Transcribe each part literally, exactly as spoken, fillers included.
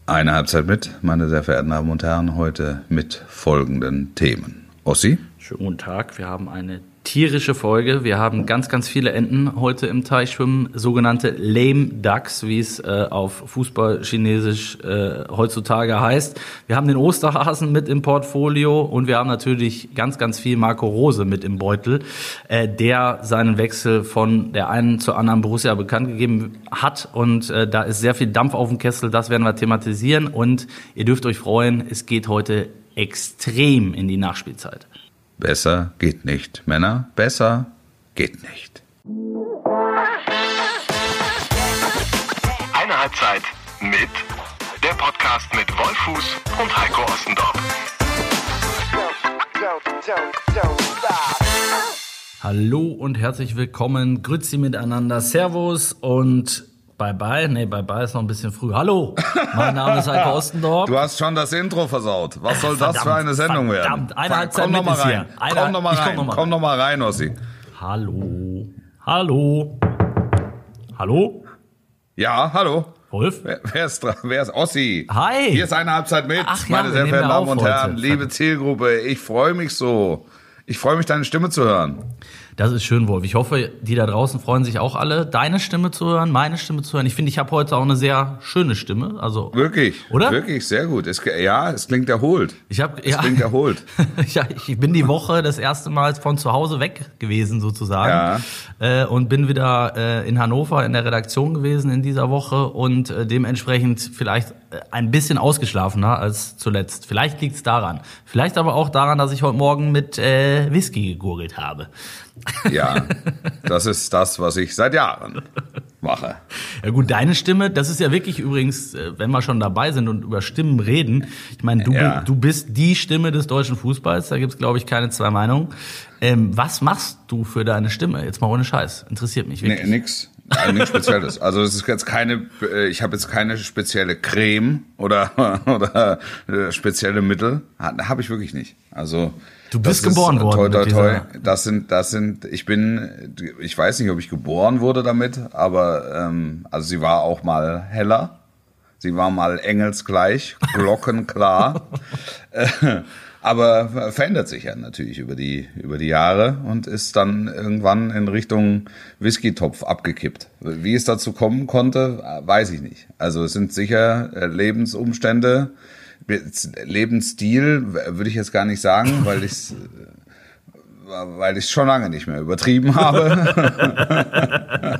Eine Halbzeit mit, meine sehr verehrten Damen und Herren, heute mit folgenden Themen. Ossi? Schönen guten Tag, wir haben eine tierische Folge. Wir haben ganz, ganz viele Enten heute im Teich schwimmen, sogenannte Lame Ducks, wie es äh, auf Fußball-Chinesisch äh, heutzutage heißt. Wir haben den Osterhasen mit im Portfolio und wir haben natürlich ganz, ganz viel Marco Rose mit im Beutel, äh, der seinen Wechsel von der einen zur anderen Borussia bekannt gegeben hat. Und äh, da ist sehr viel Dampf auf dem Kessel, das werden wir thematisieren. Und ihr dürft euch freuen, es geht heute extrem in die Nachspielzeit. Besser geht nicht. Männer, besser geht nicht. Eine Halbzeit mit der Podcast mit Wolfuß und Heiko Ostendorf. Hallo und herzlich willkommen. Grüezi miteinander. Servus und Bye bye, nee, bye bye ist noch ein bisschen früh. Hallo, mein Name ist Heiko Ostendorf. Du hast schon das Intro versaut. Was soll verdammt, das für eine Sendung werden? Verdammt, eine Halbzeit komm noch mal rein. Eine, komm noch mal rein. Komm, komm noch mal rein, Ossi. Hallo, hallo, hallo. Ja, hallo. Wolf? Wer, wer ist dran? Wer ist Ossi? Hi. Hier ist eine Halbzeit mit, Ach, ja, meine sehr verehrten Damen und Herren, heute. liebe Zielgruppe. Ich freue mich so. Ich freue mich, deine Stimme zu hören. Das ist schön, Wolf. Ich hoffe, die da draußen freuen sich auch alle, deine Stimme zu hören, meine Stimme zu hören. Ich finde, ich habe heute auch eine sehr schöne Stimme. Also Wirklich, oder? Wirklich, sehr gut. Es, ja, es klingt erholt. Ich hab, es ja, klingt erholt. ja, ich bin die Woche das erste Mal von zu Hause weg gewesen sozusagen ja. äh, und bin wieder äh, in Hannover in der Redaktion gewesen in dieser Woche und äh, dementsprechend vielleicht äh, ein bisschen ausgeschlafener als zuletzt. Vielleicht liegt es daran. Vielleicht aber auch daran, dass ich heute Morgen mit äh, Whisky gegurgelt habe. Ja, das ist das, was ich seit Jahren mache. Ja gut, deine Stimme, das ist ja wirklich übrigens, wenn wir schon dabei sind und über Stimmen reden, ich meine, du, ja. du bist die Stimme des deutschen Fußballs, da gibt's glaube ich keine zwei Meinungen. Ähm, was machst du für deine Stimme? Jetzt mal ohne Scheiß, interessiert mich wirklich. Nee, nix. Also nichts Spezielles. Also es ist jetzt keine, ich habe jetzt keine spezielle Creme oder oder spezielle Mittel. Habe ich wirklich nicht. Also du bist geboren ist, worden. Toi, toi, toi. Das sind, das sind. Ich bin, ich weiß nicht, ob ich geboren wurde damit, aber ähm, also sie war auch mal heller. Sie war mal engelsgleich, glockenklar. Aber verändert sich ja natürlich über die über die Jahre und ist dann irgendwann in Richtung Whisky-Topf abgekippt. Wie es dazu kommen konnte, weiß ich nicht. Also es sind sicher Lebensumstände, Lebensstil würde ich jetzt gar nicht sagen, weil ich weil ich schon lange nicht mehr übertrieben habe.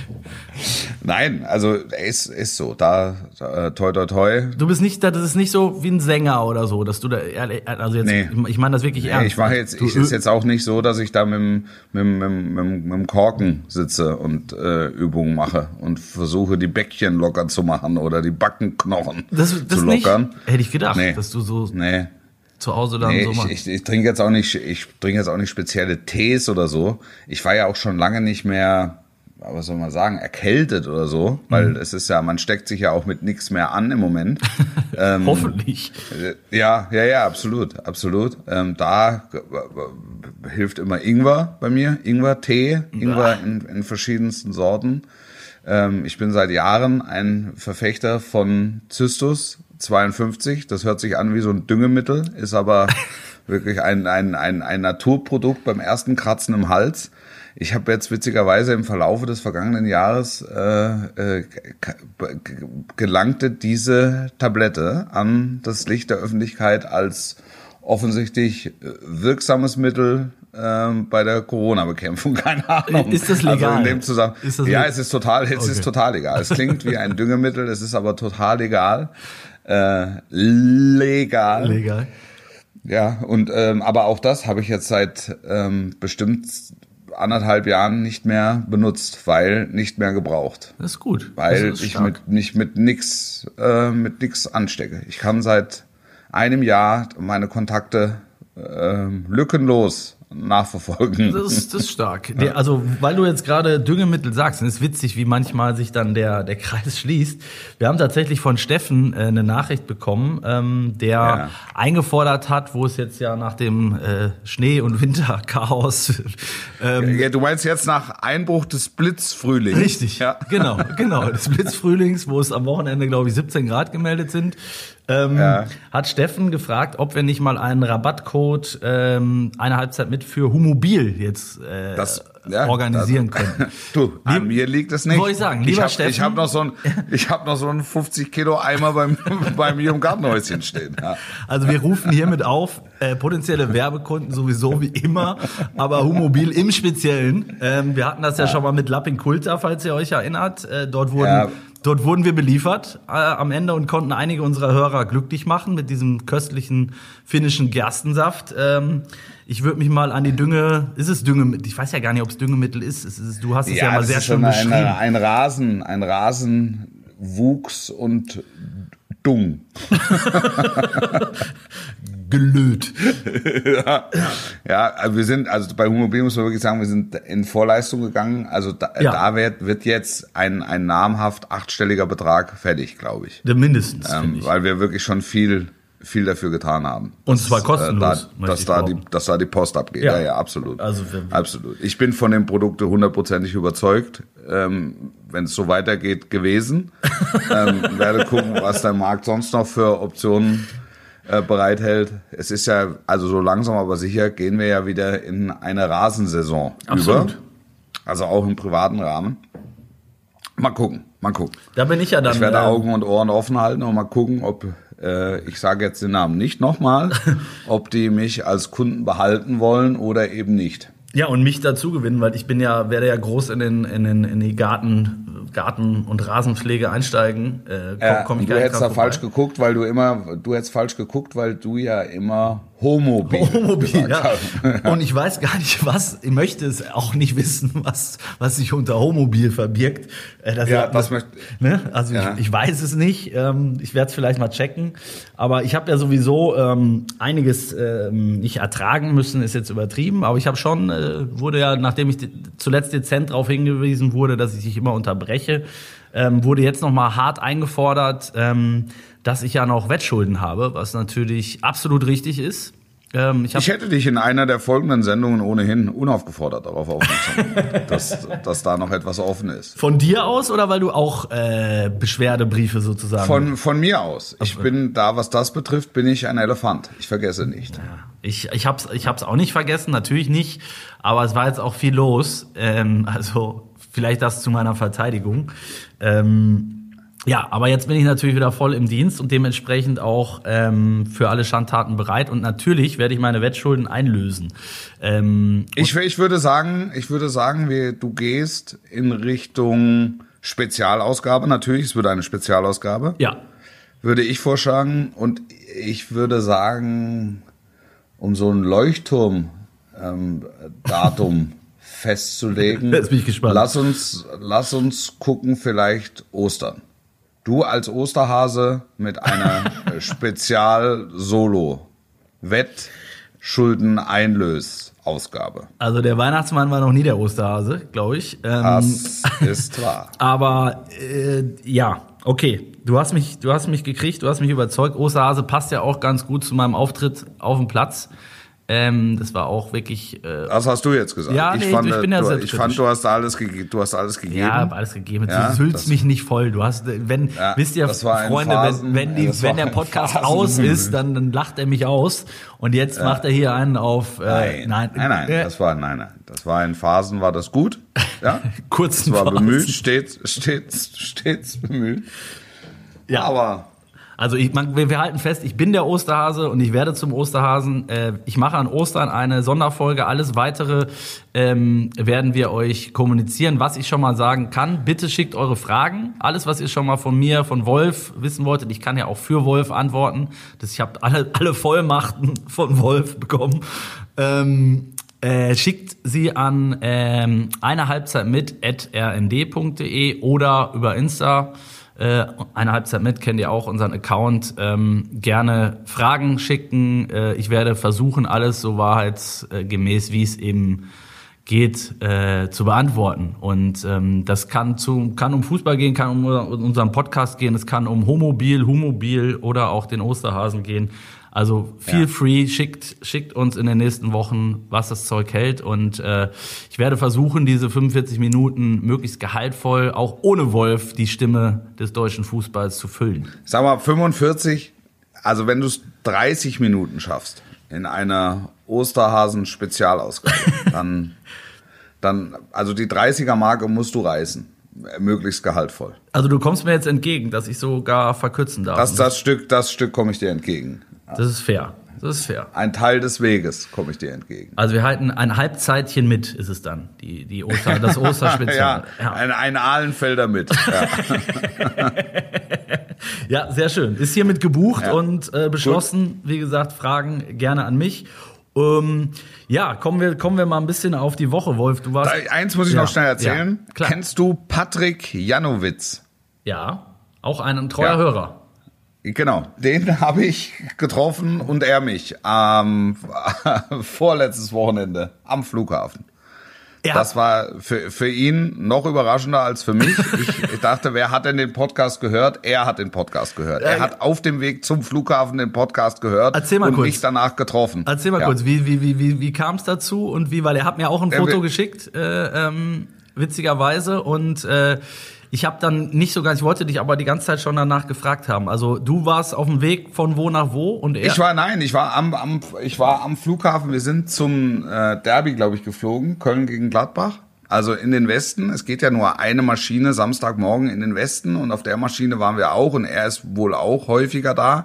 Nein, also ist ist so, da, da toi toi toi. Du bist nicht, das ist nicht so wie ein Sänger oder so, dass du da, also jetzt, nee. ich meine das wirklich nee, ernst. Ich mache jetzt, ich ist jetzt auch nicht so, dass ich da mit dem mit, mit, mit, mit dem Korken sitze und äh, Übungen mache und versuche die Bäckchen locker zu machen oder die Backenknochen das, das zu lockern. Nicht, hätte ich gedacht, nee. dass du so nee. zu Hause dann nee, so machst. Ich, ich, ich trinke jetzt auch nicht, ich trinke jetzt auch nicht spezielle Tees oder so. Ich war ja auch schon lange nicht mehr, was soll man sagen, erkältet oder so, weil mhm. es ist ja, man steckt sich ja auch mit nichts mehr an im Moment. ähm, Hoffentlich. Ja, ja, ja, absolut, absolut. Ähm, da hilft immer Ingwer bei mir, Ingwer-Tee, Ingwer in, in verschiedensten Sorten. Ähm, ich bin seit Jahren ein Verfechter von Zystus zweiundfünfzig. Das hört sich an wie so ein Düngemittel, ist aber wirklich ein, ein, ein, ein Naturprodukt beim ersten Kratzen im Hals. Ich habe jetzt witzigerweise im Verlaufe des vergangenen Jahres äh, äh, gelangte diese Tablette an das Licht der Öffentlichkeit als offensichtlich wirksames Mittel äh, bei der Corona-Bekämpfung. Keine Ahnung. Ist das legal? Also in dem Zusammenhang. Ist das ja, legal? es ist total, es okay. ist total egal. Es klingt wie ein Düngemittel, es ist aber total egal. Äh, legal. Legal. Ja, und ähm, aber auch das habe ich jetzt seit ähm, bestimmt anderthalb Jahren nicht mehr benutzt, weil nicht mehr gebraucht. Das ist gut. Weil ist ich mit, mich mit nix, äh, mit nix anstecke. Ich kann seit einem Jahr meine Kontakte äh, lückenlos nachverfolgen. Das ist, das ist stark. Der, also, weil du jetzt gerade Düngemittel sagst, und es ist witzig, wie manchmal sich dann der, der Kreis schließt. Wir haben tatsächlich von Steffen äh, eine Nachricht bekommen, ähm, der ja. eingefordert hat, wo es jetzt ja nach dem äh, Schnee- und Winterchaos ähm, ja, du meinst jetzt nach Einbruch des Blitzfrühlings. Richtig, ja. genau, genau, des Blitzfrühlings, wo es am Wochenende, glaube ich, siebzehn Grad gemeldet sind. Ähm, ja. Hat Steffen gefragt, ob wir nicht mal einen Rabattcode ähm, eine Halbzeit mit für Humobil jetzt äh, das, ja, organisieren das, können. Du, an Lieb, mir liegt es nicht. Wollte ich sagen, lieber ich hab, Steffen. Ich habe noch so ein, ich habe noch so einen fünfzig Kilo Eimer beim bei mir im Gartenhäuschen stehen. Ja. Also wir rufen hiermit auf, äh, potenzielle Werbekunden sowieso wie immer, aber Humobil im Speziellen. Ähm, wir hatten das ja, ja schon mal mit Lappin Kulta, falls ihr euch erinnert. Äh, dort wurden ja. Dort wurden wir beliefert äh, am Ende und konnten einige unserer Hörer glücklich machen mit diesem köstlichen finnischen Gerstensaft. Ähm, ich würde mich mal an die Dünge, ist es Düngemittel? Ich weiß ja gar nicht, ob es Düngemittel ist. Es ist du hast es ja, ja mal sehr schön eine, beschrieben. Eine, ein Rasen, ein Rasenwuchs und Dung. Gelöt. ja, ja, also wir sind, also bei Humobil muss man wirklich sagen, wir sind in Vorleistung gegangen. Also da, ja. da wird, wird jetzt ein, ein namhaft achtstelliger Betrag fällig, glaube ich. Der mindestens, ähm, ich. Weil wir wirklich schon viel, viel dafür getan haben. Und zwar kostenlos. Äh, da, dass, da die, dass da die Post abgeht. Ja, ja, ja absolut. Also absolut. Ich bin von dem Produkt hundertprozentig überzeugt. Ähm, wenn es so weitergeht, gewesen. ähm, werde gucken, was der Markt sonst noch für Optionen bereithält. Es ist ja, also so langsam aber sicher gehen wir ja wieder in eine Rasensaison Absolut. über. Also auch im privaten Rahmen. Mal gucken, mal gucken. Da bin ich ja dann. Ich werde Augen und Ohren offen halten und mal gucken, ob, äh, ich sage jetzt den Namen nicht nochmal, ob die mich als Kunden behalten wollen oder eben nicht. Ja, und mich dazu gewinnen, weil ich bin ja, werde ja groß in den, in den, in die Garten, Garten- und Rasenpflege einsteigen. Äh, komm, ja, komm ich du hättest da falsch geguckt, weil du immer, du hättest falsch geguckt, weil du ja immer Homobil, Homobil ja. hast. Und ich weiß gar nicht, was, ich möchte es auch nicht wissen, was, was sich unter Homobil verbirgt. Äh, das ja, hat, das möchte ne? Also ja. ich, ich weiß es nicht. Ähm, ich werde es vielleicht mal checken. Aber ich habe ja sowieso ähm, einiges ähm, nicht ertragen müssen, ist jetzt übertrieben. Aber ich habe schon, äh, wurde ja, nachdem ich de- zuletzt dezent darauf hingewiesen wurde, dass ich dich immer unterbreche, ähm, wurde jetzt nochmal hart eingefordert, ähm, dass ich ja noch Wettschulden habe, was natürlich absolut richtig ist. Ähm, ich, ich hätte dich in einer der folgenden Sendungen ohnehin unaufgefordert darauf aufmerksam gemacht, dass, dass da noch etwas offen ist. Von dir aus oder weil du auch äh, Beschwerdebriefe sozusagen? Von, von mir aus. Ich okay. bin da, was das betrifft, bin ich ein Elefant. Ich vergesse nicht. Ja. Ich, ich hab's, ich hab's auch nicht vergessen, natürlich nicht. Aber es war jetzt auch viel los. Ähm, also vielleicht das zu meiner Verteidigung. Ähm, Ja, aber jetzt bin ich natürlich wieder voll im Dienst und dementsprechend auch ähm, für alle Schandtaten bereit. Und natürlich werde ich meine Wettschulden einlösen. Ähm, ich, ich würde sagen, ich würde sagen, wir, du gehst in Richtung Spezialausgabe. Natürlich, es wird eine Spezialausgabe. Ja. Würde ich vorschlagen. Und ich würde sagen, um so ein Leuchtturm-Datum ähm, festzulegen. Jetzt bin ich gespannt. Lass uns, lass uns gucken, vielleicht Ostern. Du als Osterhase mit einer Spezial-Solo-Wettschulden-Einlös-Ausgabe. Also der Weihnachtsmann war noch nie der Osterhase, glaube ich. Ähm, das ist wahr. Aber äh, ja, okay. Du hast mich, du hast mich gekriegt, du hast mich überzeugt. Osterhase passt ja auch ganz gut zu meinem Auftritt auf dem Platz. Ähm, das war auch wirklich. Äh, das hast du jetzt gesagt. Ja, ich, nee, fand, ich bin ja du, ich fand, du hast alles, ge- du hast alles gegeben. Ja, hab alles gegeben. Ja, du hüllst mich nicht voll. Du hast, wenn, ja, wisst ihr, Freunde, Phasen, wenn, wenn, die, ja, wenn der Podcast Phasen. aus ist, dann, dann lacht er mich aus. Und jetzt ja. macht er hier einen auf. Äh, nein, nein, nein, nein äh, das war, nein, nein, das war in Phasen, war das gut. Ja, kurzen das war Phasen. bemüht, stets, stets, stets bemüht. Ja, aber. Also ich, man, wir halten fest, ich bin der Osterhase und ich werde zum Osterhasen. Äh, ich mache an Ostern eine Sonderfolge. Alles Weitere ähm, werden wir euch kommunizieren. Was ich schon mal sagen kann, bitte schickt eure Fragen. Alles, was ihr schon mal von mir, von Wolf wissen wolltet. Ich kann ja auch für Wolf antworten. Das, ich habe alle, alle Vollmachten von Wolf bekommen. Ähm, äh, schickt sie an ähm, eine Halbzeit mit at r n d punkt d e oder über Insta. Äh, eine Halbzeit mit, kennt ihr auch unseren Account. Ähm, gerne Fragen schicken. Äh, ich werde versuchen, alles so wahrheitsgemäß, wie es eben geht, äh, zu beantworten. Und ähm, das kann zu kann um Fußball gehen, kann um unseren Podcast gehen, es kann um Homobil, Humobil oder auch den Osterhasen gehen. Also feel ja. free, schickt schickt uns in den nächsten Wochen, was das Zeug hält. Und äh, ich werde versuchen, diese fünfundvierzig Minuten möglichst gehaltvoll, auch ohne Wolf, die Stimme des deutschen Fußballs zu füllen. Sag mal, fünfundvierzig, also wenn du es dreißig Minuten schaffst in einer Osterhasen-Spezialausgabe, dann, dann, also die dreißiger-Marke musst du reißen. Möglichst gehaltvoll. Also du kommst mir jetzt entgegen, dass ich sogar verkürzen darf. Das, das Stück, das Stück komme ich dir entgegen. Das ist fair. Das ist fair. Ein Teil des Weges komme ich dir entgegen. Also wir halten ein Halbzeitchen mit, ist es dann. Die, die Oster, das Osterspezial. ja, ja. Ein, ein Ahlenfelder mit. Ja. Ja, sehr schön. Ist hiermit gebucht ja. und äh, beschlossen. Gut. Wie gesagt, Fragen gerne an mich. Ähm, ja, kommen wir, kommen wir mal ein bisschen auf die Woche, Wolf. Du warst. Da, eins muss ich ja. noch schnell erzählen. Ja, kennst du Patrick Janowitz? Ja, auch ein treuer ja. Hörer. Genau, den habe ich getroffen und er mich am ähm, vorletztes Wochenende am Flughafen. Ja. Das war für, für ihn noch überraschender als für mich. Ich, ich dachte, wer hat denn den Podcast gehört? Er hat den Podcast gehört. Er hat auf dem Weg zum Flughafen den Podcast gehört Erzähl mal und kurz. mich danach getroffen. Erzähl mal ja. kurz, wie, wie, wie, wie, wie kam es dazu und wie, weil er hat mir auch ein Foto ja, geschickt, äh, ähm, witzigerweise, und äh, ich habe dann nicht so ganz, ich wollte dich aber die ganze Zeit schon danach gefragt haben. Also du warst auf dem Weg von wo nach wo und er? Ich war, nein, ich war am, am, ich war am Flughafen. Wir sind zum äh, Derby, glaube ich, geflogen, Köln gegen Gladbach. Also in den Westen. Es geht ja nur eine Maschine Samstagmorgen in den Westen und auf der Maschine waren wir auch und er ist wohl auch häufiger da.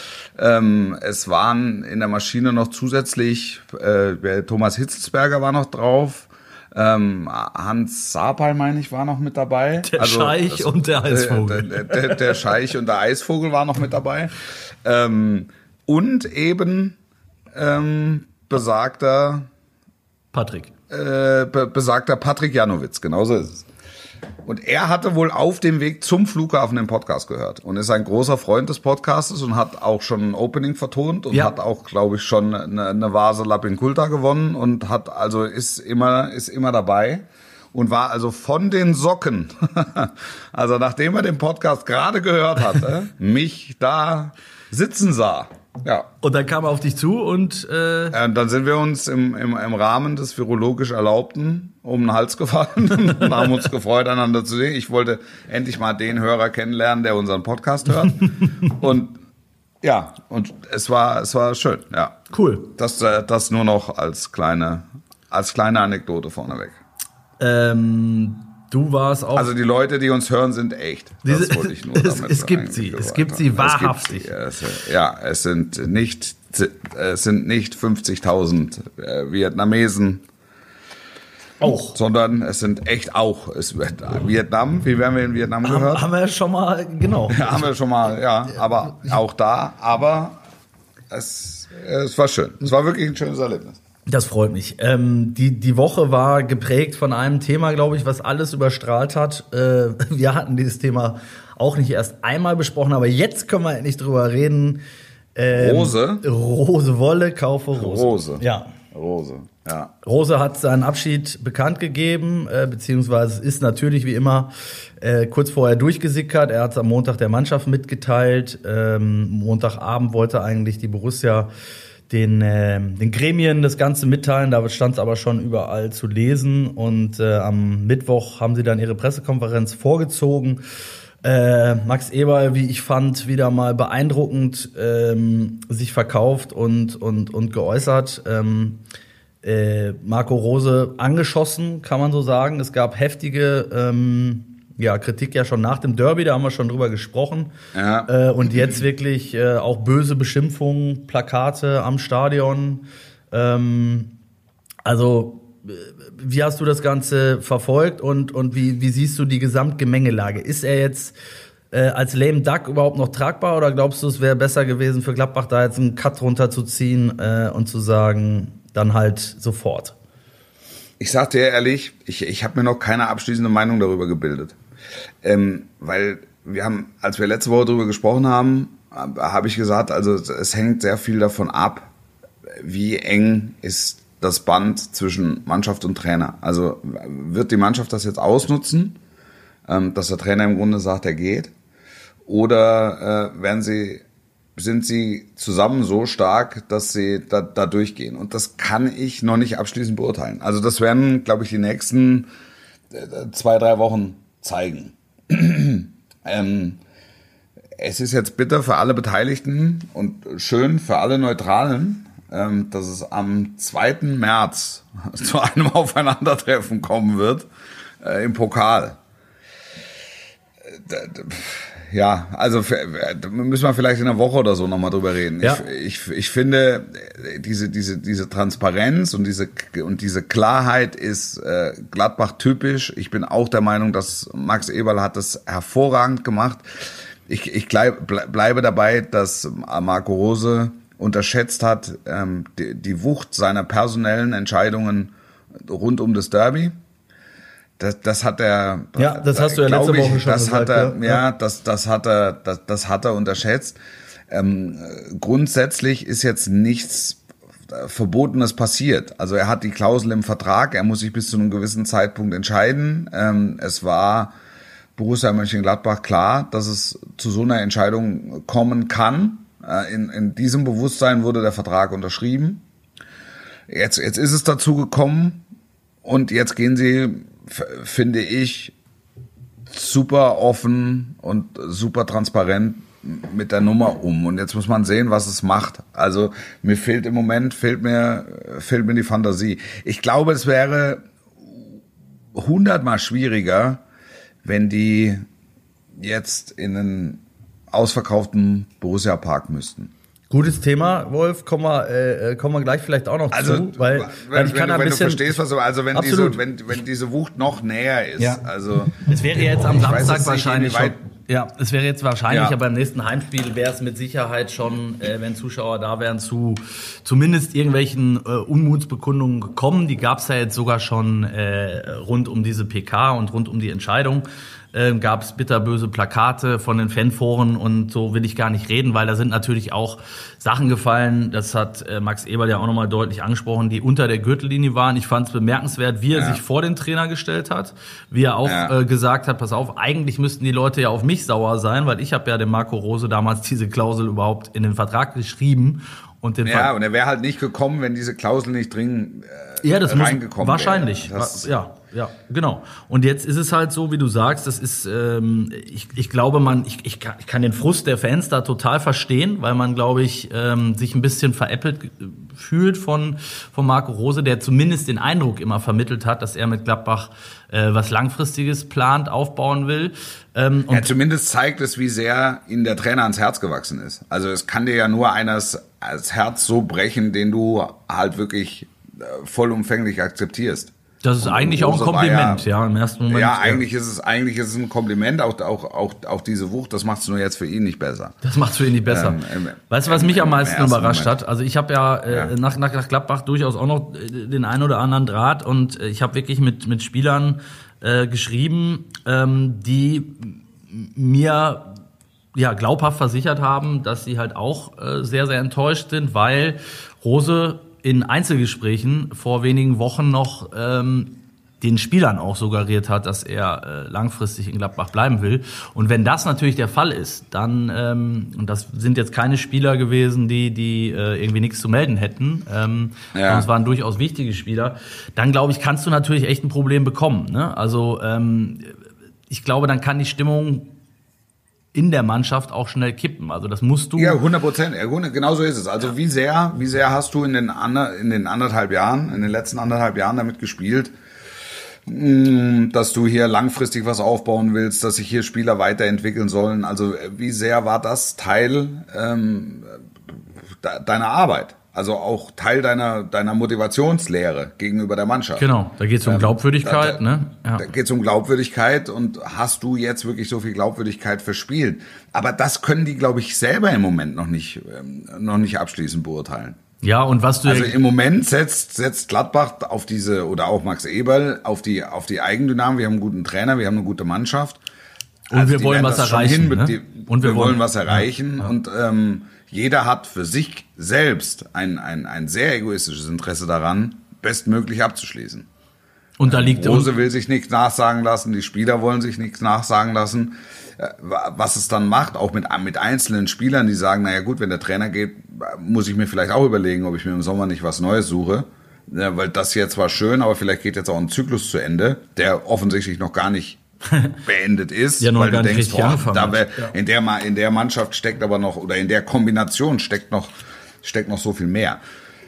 Ähm, es waren in der Maschine noch zusätzlich, äh, Thomas Hitzelsberger war noch drauf. Ähm, Hans Sapai, meine ich, war noch mit dabei. Der also, Scheich das, und der Eisvogel. Der, der, der Scheich und der Eisvogel war noch mit dabei. Ähm, und eben ähm, besagter Patrick. Äh, be, besagter Patrick Janowitz, genauso ist es. Und er hatte wohl auf dem Weg zum Flughafen den Podcast gehört und ist ein großer Freund des Podcastes und hat auch schon ein Opening vertont und ja. hat auch, glaube ich, schon eine, eine Vase Lapinculta gewonnen und hat also ist immer ist immer dabei und war also von den Socken, also nachdem er den Podcast gerade gehört hatte, mich da sitzen sah. Ja. Und dann kam er auf dich zu und äh ja, dann sind wir uns im, im, im Rahmen des virologisch Erlaubten um den Hals gefallen und haben uns gefreut, einander zu sehen. Ich wollte endlich mal den Hörer kennenlernen, der unseren Podcast hört. Und ja, und es war es war schön, ja. Cool. Das das nur noch als kleine als kleine Anekdote vorneweg. Ähm Du warst auch. Also die Leute, die uns hören, sind echt. Das Diese, wollte ich nur es, damit es gibt sie. Es gibt sie wahrhaftig. Es gibt sie. Ja, es sind nicht, es sind nicht fünfzigtausend äh, Vietnamesen. Auch. Sondern es sind echt auch. Es wird Vietnam. Wie werden wir in Vietnam gehört? Haben wir schon mal, genau. Ja, haben wir schon mal, ja. Aber auch da. Aber es, es war schön. Es war wirklich ein schönes Erlebnis. Das freut mich. Ähm, die, die Woche war geprägt von einem Thema, glaube ich, was alles überstrahlt hat. Äh, wir hatten dieses Thema auch nicht erst einmal besprochen, aber jetzt können wir endlich drüber reden. Ähm, Rose? Rose Wolle, kaufe Rose. Rose. Ja. Rose, ja. Rose hat seinen Abschied bekannt gegeben, äh, beziehungsweise ist natürlich wie immer äh, kurz vorher durchgesickert. Er hat es am Montag der Mannschaft mitgeteilt. Ähm, Montagabend wollte eigentlich die Borussia den, äh, den Gremien das Ganze mitteilen. Da stand es aber schon überall zu lesen. Und äh, am Mittwoch haben sie dann ihre Pressekonferenz vorgezogen. Äh, Max Eberl, wie ich fand, wieder mal beeindruckend ähm, sich verkauft und, und, und geäußert. Ähm, äh, Marco Rose angeschossen, kann man so sagen. Es gab heftige ähm, ja, Kritik ja schon nach dem Derby, da haben wir schon drüber gesprochen. Ja. Äh, und jetzt wirklich äh, auch böse Beschimpfungen, Plakate am Stadion. Ähm, also wie hast du das Ganze verfolgt und, und wie, wie siehst du die Gesamtgemengelage? Ist er jetzt äh, als lame duck überhaupt noch tragbar oder glaubst du, es wäre besser gewesen für Gladbach, da jetzt einen Cut runterzuziehen äh, und zu sagen, dann halt sofort? Ich sag dir ehrlich, ich, ich habe mir noch keine abschließende Meinung darüber gebildet. Ähm, weil wir haben, als wir letzte Woche darüber gesprochen haben, habe ich gesagt, also es hängt sehr viel davon ab, wie eng ist das Band zwischen Mannschaft und Trainer. Also wird die Mannschaft das jetzt ausnutzen, dass der Trainer im Grunde sagt, er geht, oder äh, werden sie, sind sie zusammen so stark, dass sie da, da durchgehen? Und das kann ich noch nicht abschließend beurteilen. Also das werden, glaube ich, die nächsten äh, zwei, drei Wochen zeigen. ähm, es ist jetzt bitter für alle Beteiligten und schön für alle Neutralen, ähm, dass es am zweiten März zu einem Aufeinandertreffen kommen wird äh, im Pokal. Ja, also müssen wir vielleicht in einer Woche oder so nochmal drüber reden. Ja. Ich, ich, ich finde, diese, diese, diese Transparenz und diese, und diese Klarheit ist äh, Gladbach typisch. Ich bin auch der Meinung, dass Max Eberl hat das hervorragend gemacht. Ich, ich bleib, bleibe dabei, dass Marco Rose unterschätzt hat ähm, die, die Wucht seiner personellen Entscheidungen rund um das Derby. Das, das hat er. Ja, das hast du ja letzte Woche schon das gesagt. Hat er, ja, ja, das, das hat er, das, das hat er unterschätzt. Ähm, grundsätzlich ist jetzt nichts Verbotenes passiert. Also er hat die Klausel im Vertrag. Er muss sich bis zu einem gewissen Zeitpunkt entscheiden. Ähm, es war Borussia Mönchengladbach klar, dass es zu so einer Entscheidung kommen kann. Äh, in, in diesem Bewusstsein wurde der Vertrag unterschrieben. Jetzt, jetzt ist es dazu gekommen und jetzt gehen sie, finde ich, super offen und super transparent mit der Nummer um. Und jetzt muss man sehen, was es macht. Also mir fehlt im Moment, fehlt mir, fehlt mir die Fantasie. Ich glaube, es wäre hundertmal schwieriger, wenn die jetzt in einen ausverkauften Borussia-Park müssten. Gutes Thema, Wolf, kommen wir, äh, kommen wir gleich vielleicht auch noch also, zu, weil, wenn, weil ich kann wenn, ein wenn bisschen, du verstehst, was du, also wenn absolut. diese, wenn, wenn diese Wucht noch näher ist, ja. also. Es wäre jetzt am Samstag nicht, wahrscheinlich schon, weit, ja, es wäre jetzt wahrscheinlich, ja. aber beim nächsten Heimspiel wäre es mit Sicherheit schon, äh, wenn Zuschauer da wären, zu zumindest irgendwelchen äh, Unmutsbekundungen gekommen. Die gab es ja jetzt sogar schon äh, rund um diese P K und rund um die Entscheidung. Äh, gab es bitterböse Plakate von den Fanforen und so will ich gar nicht reden, weil da sind natürlich auch Sachen gefallen, das hat äh, Max Eberl ja auch nochmal deutlich angesprochen, die unter der Gürtellinie waren. Ich fand es bemerkenswert, wie er ja. sich vor den Trainer gestellt hat, wie er auch ja. äh, gesagt hat, pass auf, eigentlich müssten die Leute ja auf mich sauer sein, weil ich habe ja dem Marco Rose damals diese Klausel überhaupt in den Vertrag geschrieben. Und den ja, Ver- und er wäre halt nicht gekommen, wenn diese Klausel nicht dringend äh, ja, das reingekommen muss, wahrscheinlich. wäre. Das ja, ja, genau. Und jetzt ist es halt so, wie du sagst, das ist, ähm, ich, ich glaube, man, ich, ich, kann, ich kann den Frust der Fans da total verstehen, weil man, glaube ich, ähm, sich ein bisschen veräppelt fühlt von, von Marco Rose, der zumindest den Eindruck immer vermittelt hat, dass er mit Gladbach äh, was Langfristiges plant, aufbauen will. Ähm, und ja, zumindest zeigt es, wie sehr ihm der Trainer ans Herz gewachsen ist. Also es kann dir ja nur einer das Herz so brechen, den du halt wirklich äh, vollumfänglich akzeptierst. Das ist und eigentlich auch ein Kompliment, ja, ja, im ersten Moment. Ja, eigentlich ja. ist es eigentlich ist es ein Kompliment, auch auch auch auch diese Wucht. Das macht es nur jetzt für ihn nicht besser. Das macht es für ihn nicht besser. Ähm, im, weißt du, was mich am meisten überrascht Moment. hat? Also ich habe ja, äh, ja. Nach, nach nach Gladbach durchaus auch noch den einen oder anderen Draht und äh, ich habe wirklich mit mit Spielern äh, geschrieben, ähm, die mir ja glaubhaft versichert haben, dass sie halt auch äh, sehr sehr enttäuscht sind, weil Rose in Einzelgesprächen vor wenigen Wochen noch ähm, den Spielern auch suggeriert hat, dass er äh, langfristig in Gladbach bleiben will. Und wenn das natürlich der Fall ist, dann, ähm, und das sind jetzt keine Spieler gewesen, die die äh, irgendwie nichts zu melden hätten, ähm, ja. es waren durchaus wichtige Spieler, dann glaube ich, kannst du natürlich echt ein Problem bekommen. Ne? Also ähm, ich glaube, dann kann die Stimmung in der Mannschaft auch schnell kippen. Also das musst du... Ja, hundert Prozent. Genau so ist es. Also wie sehr, wie sehr hast du in den, ander, in den anderthalb Jahren, in den letzten anderthalb Jahren damit gespielt, dass du hier langfristig was aufbauen willst, dass sich hier Spieler weiterentwickeln sollen. Also wie sehr war das Teil ähm, deiner Arbeit? Also auch Teil deiner deiner Motivationslehre gegenüber der Mannschaft. Genau, da geht es um ähm, Glaubwürdigkeit. Da, da, ne? Ja. Da geht es um Glaubwürdigkeit und hast du jetzt wirklich so viel Glaubwürdigkeit verspielt? Aber das können die, glaube ich, selber im Moment noch nicht ähm, noch nicht abschließend beurteilen. Ja, und was du... Also im Moment setzt setzt Gladbach auf diese, oder auch Max Eberl, auf die auf die Eigendynamik. Wir haben einen guten Trainer, wir haben eine gute Mannschaft. Und also wir wollen was erreichen. Hin, ne? die, und wir, wir wollen, wollen was erreichen. Ja, ja. Und ähm, jeder hat für sich selbst ein, ein, ein sehr egoistisches Interesse daran, bestmöglich abzuschließen. Und da liegt Rose will sich nichts nachsagen lassen, die Spieler wollen sich nichts nachsagen lassen. Was es dann macht, auch mit, mit einzelnen Spielern, die sagen, naja gut, wenn der Trainer geht, muss ich mir vielleicht auch überlegen, ob ich mir im Sommer nicht was Neues suche. Ja, weil das jetzt war schön, aber vielleicht geht jetzt auch ein Zyklus zu Ende, der offensichtlich noch gar nicht beendet ist. Ja, noch weil gar du nicht denkst, richtig angefangen da wär, ja. in, der, in der Mannschaft steckt aber noch, oder in der Kombination steckt noch, steckt noch so viel mehr.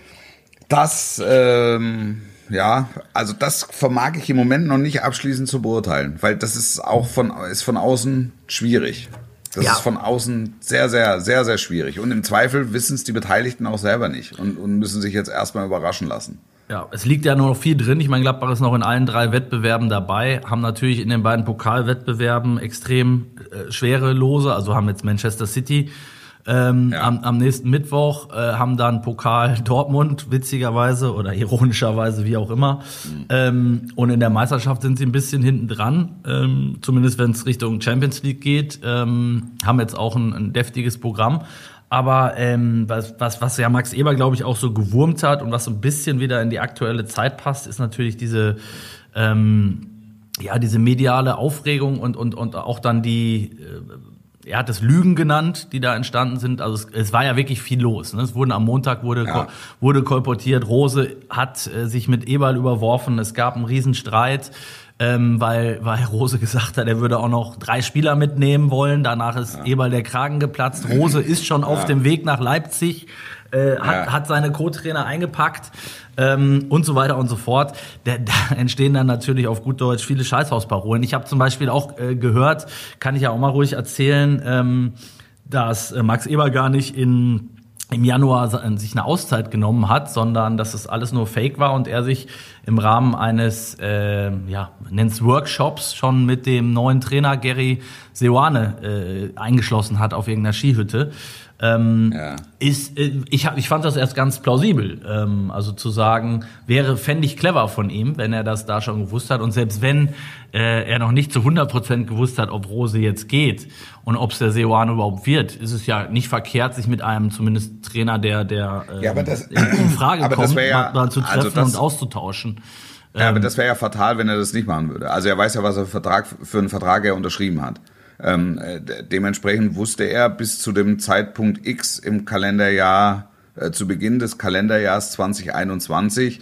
Das, ähm, ja, also das vermag ich im Moment noch nicht abschließend zu beurteilen, weil das ist auch von, ist von außen schwierig. Das ja. ist von außen sehr, sehr, sehr, sehr schwierig. Und im Zweifel wissen es die Beteiligten auch selber nicht und, und müssen sich jetzt erstmal überraschen lassen. Ja, es liegt ja nur noch viel drin. Ich meine, Gladbach ist noch in allen drei Wettbewerben dabei, haben natürlich in den beiden Pokalwettbewerben extrem äh, schwere Lose, also haben jetzt Manchester City ähm, ja. am, am nächsten Mittwoch, äh, haben dann Pokal Dortmund, witzigerweise oder ironischerweise, wie auch immer. Mhm. Ähm, und in der Meisterschaft sind sie ein bisschen hinten dran, ähm, zumindest wenn es Richtung Champions League geht, ähm, haben jetzt auch ein, ein deftiges Programm. Aber ähm, was, was, was ja Max Eberl, glaube ich, auch so gewurmt hat und was so ein bisschen wieder in die aktuelle Zeit passt, ist natürlich diese ähm, ja diese mediale Aufregung und und und auch dann die äh, er hat es Lügen genannt, die da entstanden sind. Also es, es war ja wirklich viel los. Ne? Es wurden am Montag wurde ja. ko- wurde kolportiert. Rose hat äh, sich mit Eberl überworfen. Es gab einen Riesenstreit. Ähm, weil, weil Rose gesagt hat, er würde auch noch drei Spieler mitnehmen wollen. Danach ist ja. Eberl der Kragen geplatzt. Rose ist schon auf ja. dem Weg nach Leipzig, äh, hat, ja. hat seine Co-Trainer eingepackt ähm, und so weiter und so fort. Da, da entstehen dann natürlich auf gut Deutsch viele Scheißhausparolen. Ich habe zum Beispiel auch äh, gehört, kann ich ja auch mal ruhig erzählen, ähm, dass äh, Max Eberl gar nicht in im Januar sich eine Auszeit genommen hat, sondern dass es alles nur Fake war und er sich im Rahmen eines, äh, ja, nennt's Workshops schon mit dem neuen Trainer Gary Seoane äh, eingeschlossen hat auf irgendeiner Skihütte. Ähm, ja. ist, äh, ich, hab, ich fand das erst ganz plausibel. Ähm, also zu sagen, wäre, fände ich clever von ihm, wenn er das da schon gewusst hat. Und selbst wenn äh, er noch nicht zu hundert Prozent gewusst hat, ob Rose jetzt geht und ob es der Seoane überhaupt wird, ist es ja nicht verkehrt, sich mit einem zumindest Trainer, der, der äh, ja, aber das, in, in Frage aber kommt, das ja, mal, mal zu treffen also das, und auszutauschen. Ja, aber das wäre ja fatal, wenn er das nicht machen würde. Also er weiß ja, was er für, Vertrag, für einen Vertrag er unterschrieben hat. Ähm, de- dementsprechend wusste er bis zu dem Zeitpunkt X im Kalenderjahr, äh, zu Beginn des Kalenderjahrs zwanzig einundzwanzig,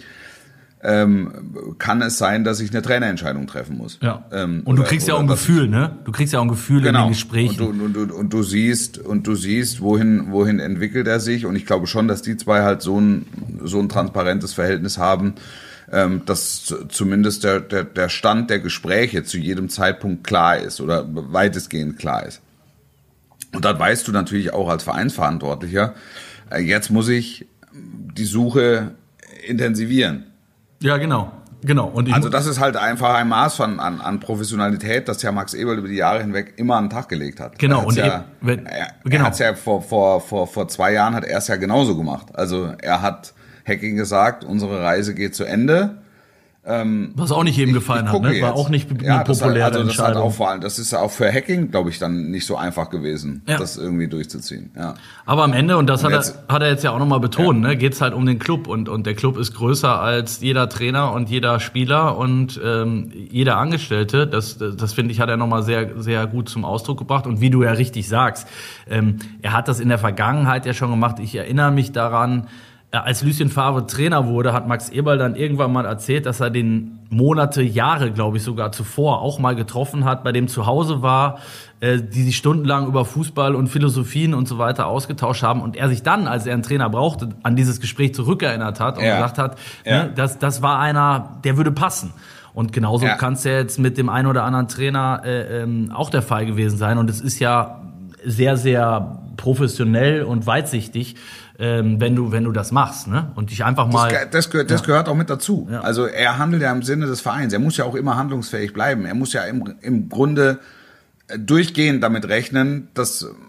ähm, kann es sein, dass ich eine Trainerentscheidung treffen muss. Ja. Ähm, und du oder, kriegst ja auch ein Gefühl, ne? Du kriegst ja auch ein Gefühl genau. in den Gesprächen. Und du, und, du, und du siehst, und du siehst, wohin, wohin entwickelt er sich. Und ich glaube schon, dass die zwei halt so ein, so ein transparentes Verhältnis haben, ähm, dass zumindest der, der, der Stand der Gespräche zu jedem Zeitpunkt klar ist oder weitestgehend klar ist. Und dann weißt du natürlich auch als Vereinsverantwortlicher, äh, jetzt muss ich die Suche intensivieren. Ja, genau. Genau. Und ich also das ist halt einfach ein Maß von, an, an Professionalität, das ja Max Eberl über die Jahre hinweg immer an den Tag gelegt hat. Genau. Und ja, wenn, er, genau. er hat's ja vor, vor, vor, vor zwei Jahren hat er es ja genauso gemacht. Also er hat Hacking gesagt, unsere Reise geht zu Ende. Ähm, Was auch nicht jedem gefallen hat, ne? War auch nicht eine ja, populäre das, also das Entscheidung. Hat auch vor allem, das ist auch für Hacking, glaube ich, dann nicht so einfach gewesen, ja. das irgendwie durchzuziehen. Ja. Aber am Ende, und das und hat, jetzt, er, hat er jetzt ja auch nochmal betont, ja. ne, geht's halt um den Club und, und der Club ist größer als jeder Trainer und jeder Spieler und ähm, jeder Angestellte. Das, das, das finde ich, hat er nochmal sehr, sehr gut zum Ausdruck gebracht. Und wie du ja richtig sagst, ähm, er hat das in der Vergangenheit ja schon gemacht. Ich erinnere mich daran, als Lucien Favre Trainer wurde, hat Max Eberl dann irgendwann mal erzählt, dass er den Monate, Jahre, glaube ich, sogar zuvor auch mal getroffen hat, bei dem zu Hause war, äh, die sich stundenlang über Fußball und Philosophien und so weiter ausgetauscht haben und er sich dann, als er einen Trainer brauchte, an dieses Gespräch zurückerinnert hat und ja. gesagt hat, ja. ne, das, das war einer, der würde passen. Und genauso ja. kann es ja jetzt mit dem einen oder anderen Trainer äh, ähm, auch der Fall gewesen sein. Und es ist ja sehr, sehr professionell und weitsichtig, Ähm, wenn du wenn du das machst, ne? Und dich einfach mal das, das, gehört, das ja. gehört auch mit dazu. Ja. Also er handelt ja im Sinne des Vereins. Er muss ja auch immer handlungsfähig bleiben. Er muss ja im, im Grunde durchgehend damit rechnen, dass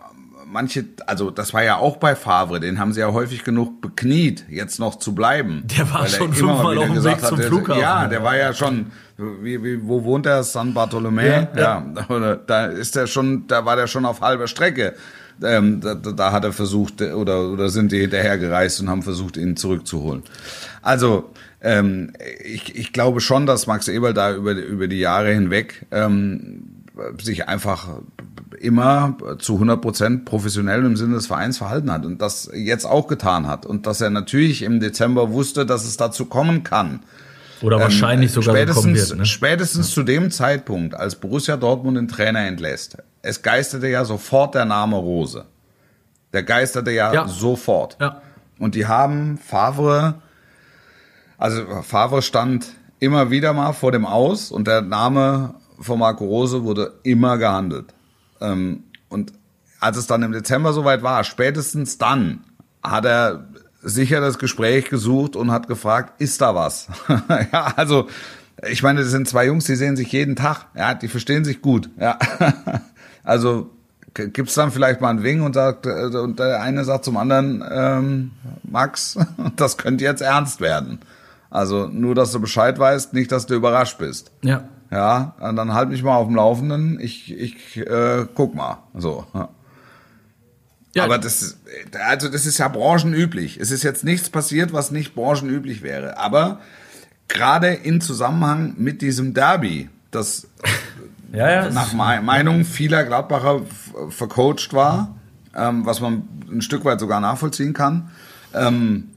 manche, also das war ja auch bei Favre, den haben sie ja häufig genug bekniet, jetzt noch zu bleiben. Der war schon fünfmal auf dem Weg zum Flughafen. Ja, der war ja schon, wie, wie, wo wohnt er? San Bartolomé? Ja, ja. Da ist er schon, da war der schon auf halber Strecke. Ähm, da, da hat er versucht, oder, oder sind die hinterhergereist und haben versucht, ihn zurückzuholen. Also, ähm, ich, ich glaube schon, dass Max Eberl da über, über die Jahre hinweg ähm, sich einfach immer zu hundert Prozent professionell im Sinne des Vereins verhalten hat und das jetzt auch getan hat. Und dass er natürlich im Dezember wusste, dass es dazu kommen kann. Oder wahrscheinlich ähm, sogar spätestens, so kommen wird. Ne? Spätestens ja. zu dem Zeitpunkt, als Borussia Dortmund den Trainer entlässt, es geisterte ja sofort der Name Rose. Der geisterte ja, ja. sofort. Ja. Und die haben Favre, also Favre stand immer wieder mal vor dem Aus und der Name von Marco Rose wurde immer gehandelt. Ähm, und als es dann im Dezember soweit war, spätestens dann hat er sicher das Gespräch gesucht und hat gefragt, ist da was? Ja, also ich meine, das sind zwei Jungs, die sehen sich jeden Tag, ja, die verstehen sich gut, ja. Also gibt's dann vielleicht mal einen Wink und sagt, und der eine sagt zum anderen, ähm, Max, das könnte jetzt ernst werden. Also nur, dass du Bescheid weißt, nicht, dass du überrascht bist. Ja. Ja, dann halt mich mal auf dem Laufenden, ich, ich äh, guck mal, so. Ja. Ja. Aber das, also das ist ja branchenüblich. Es ist jetzt nichts passiert, was nicht branchenüblich wäre. Aber gerade in Zusammenhang mit diesem Derby, das ja, ja, nach Me- Meinung vieler Gladbacher f- vercoacht war, ähm, was man ein Stück weit sogar nachvollziehen kann, ähm,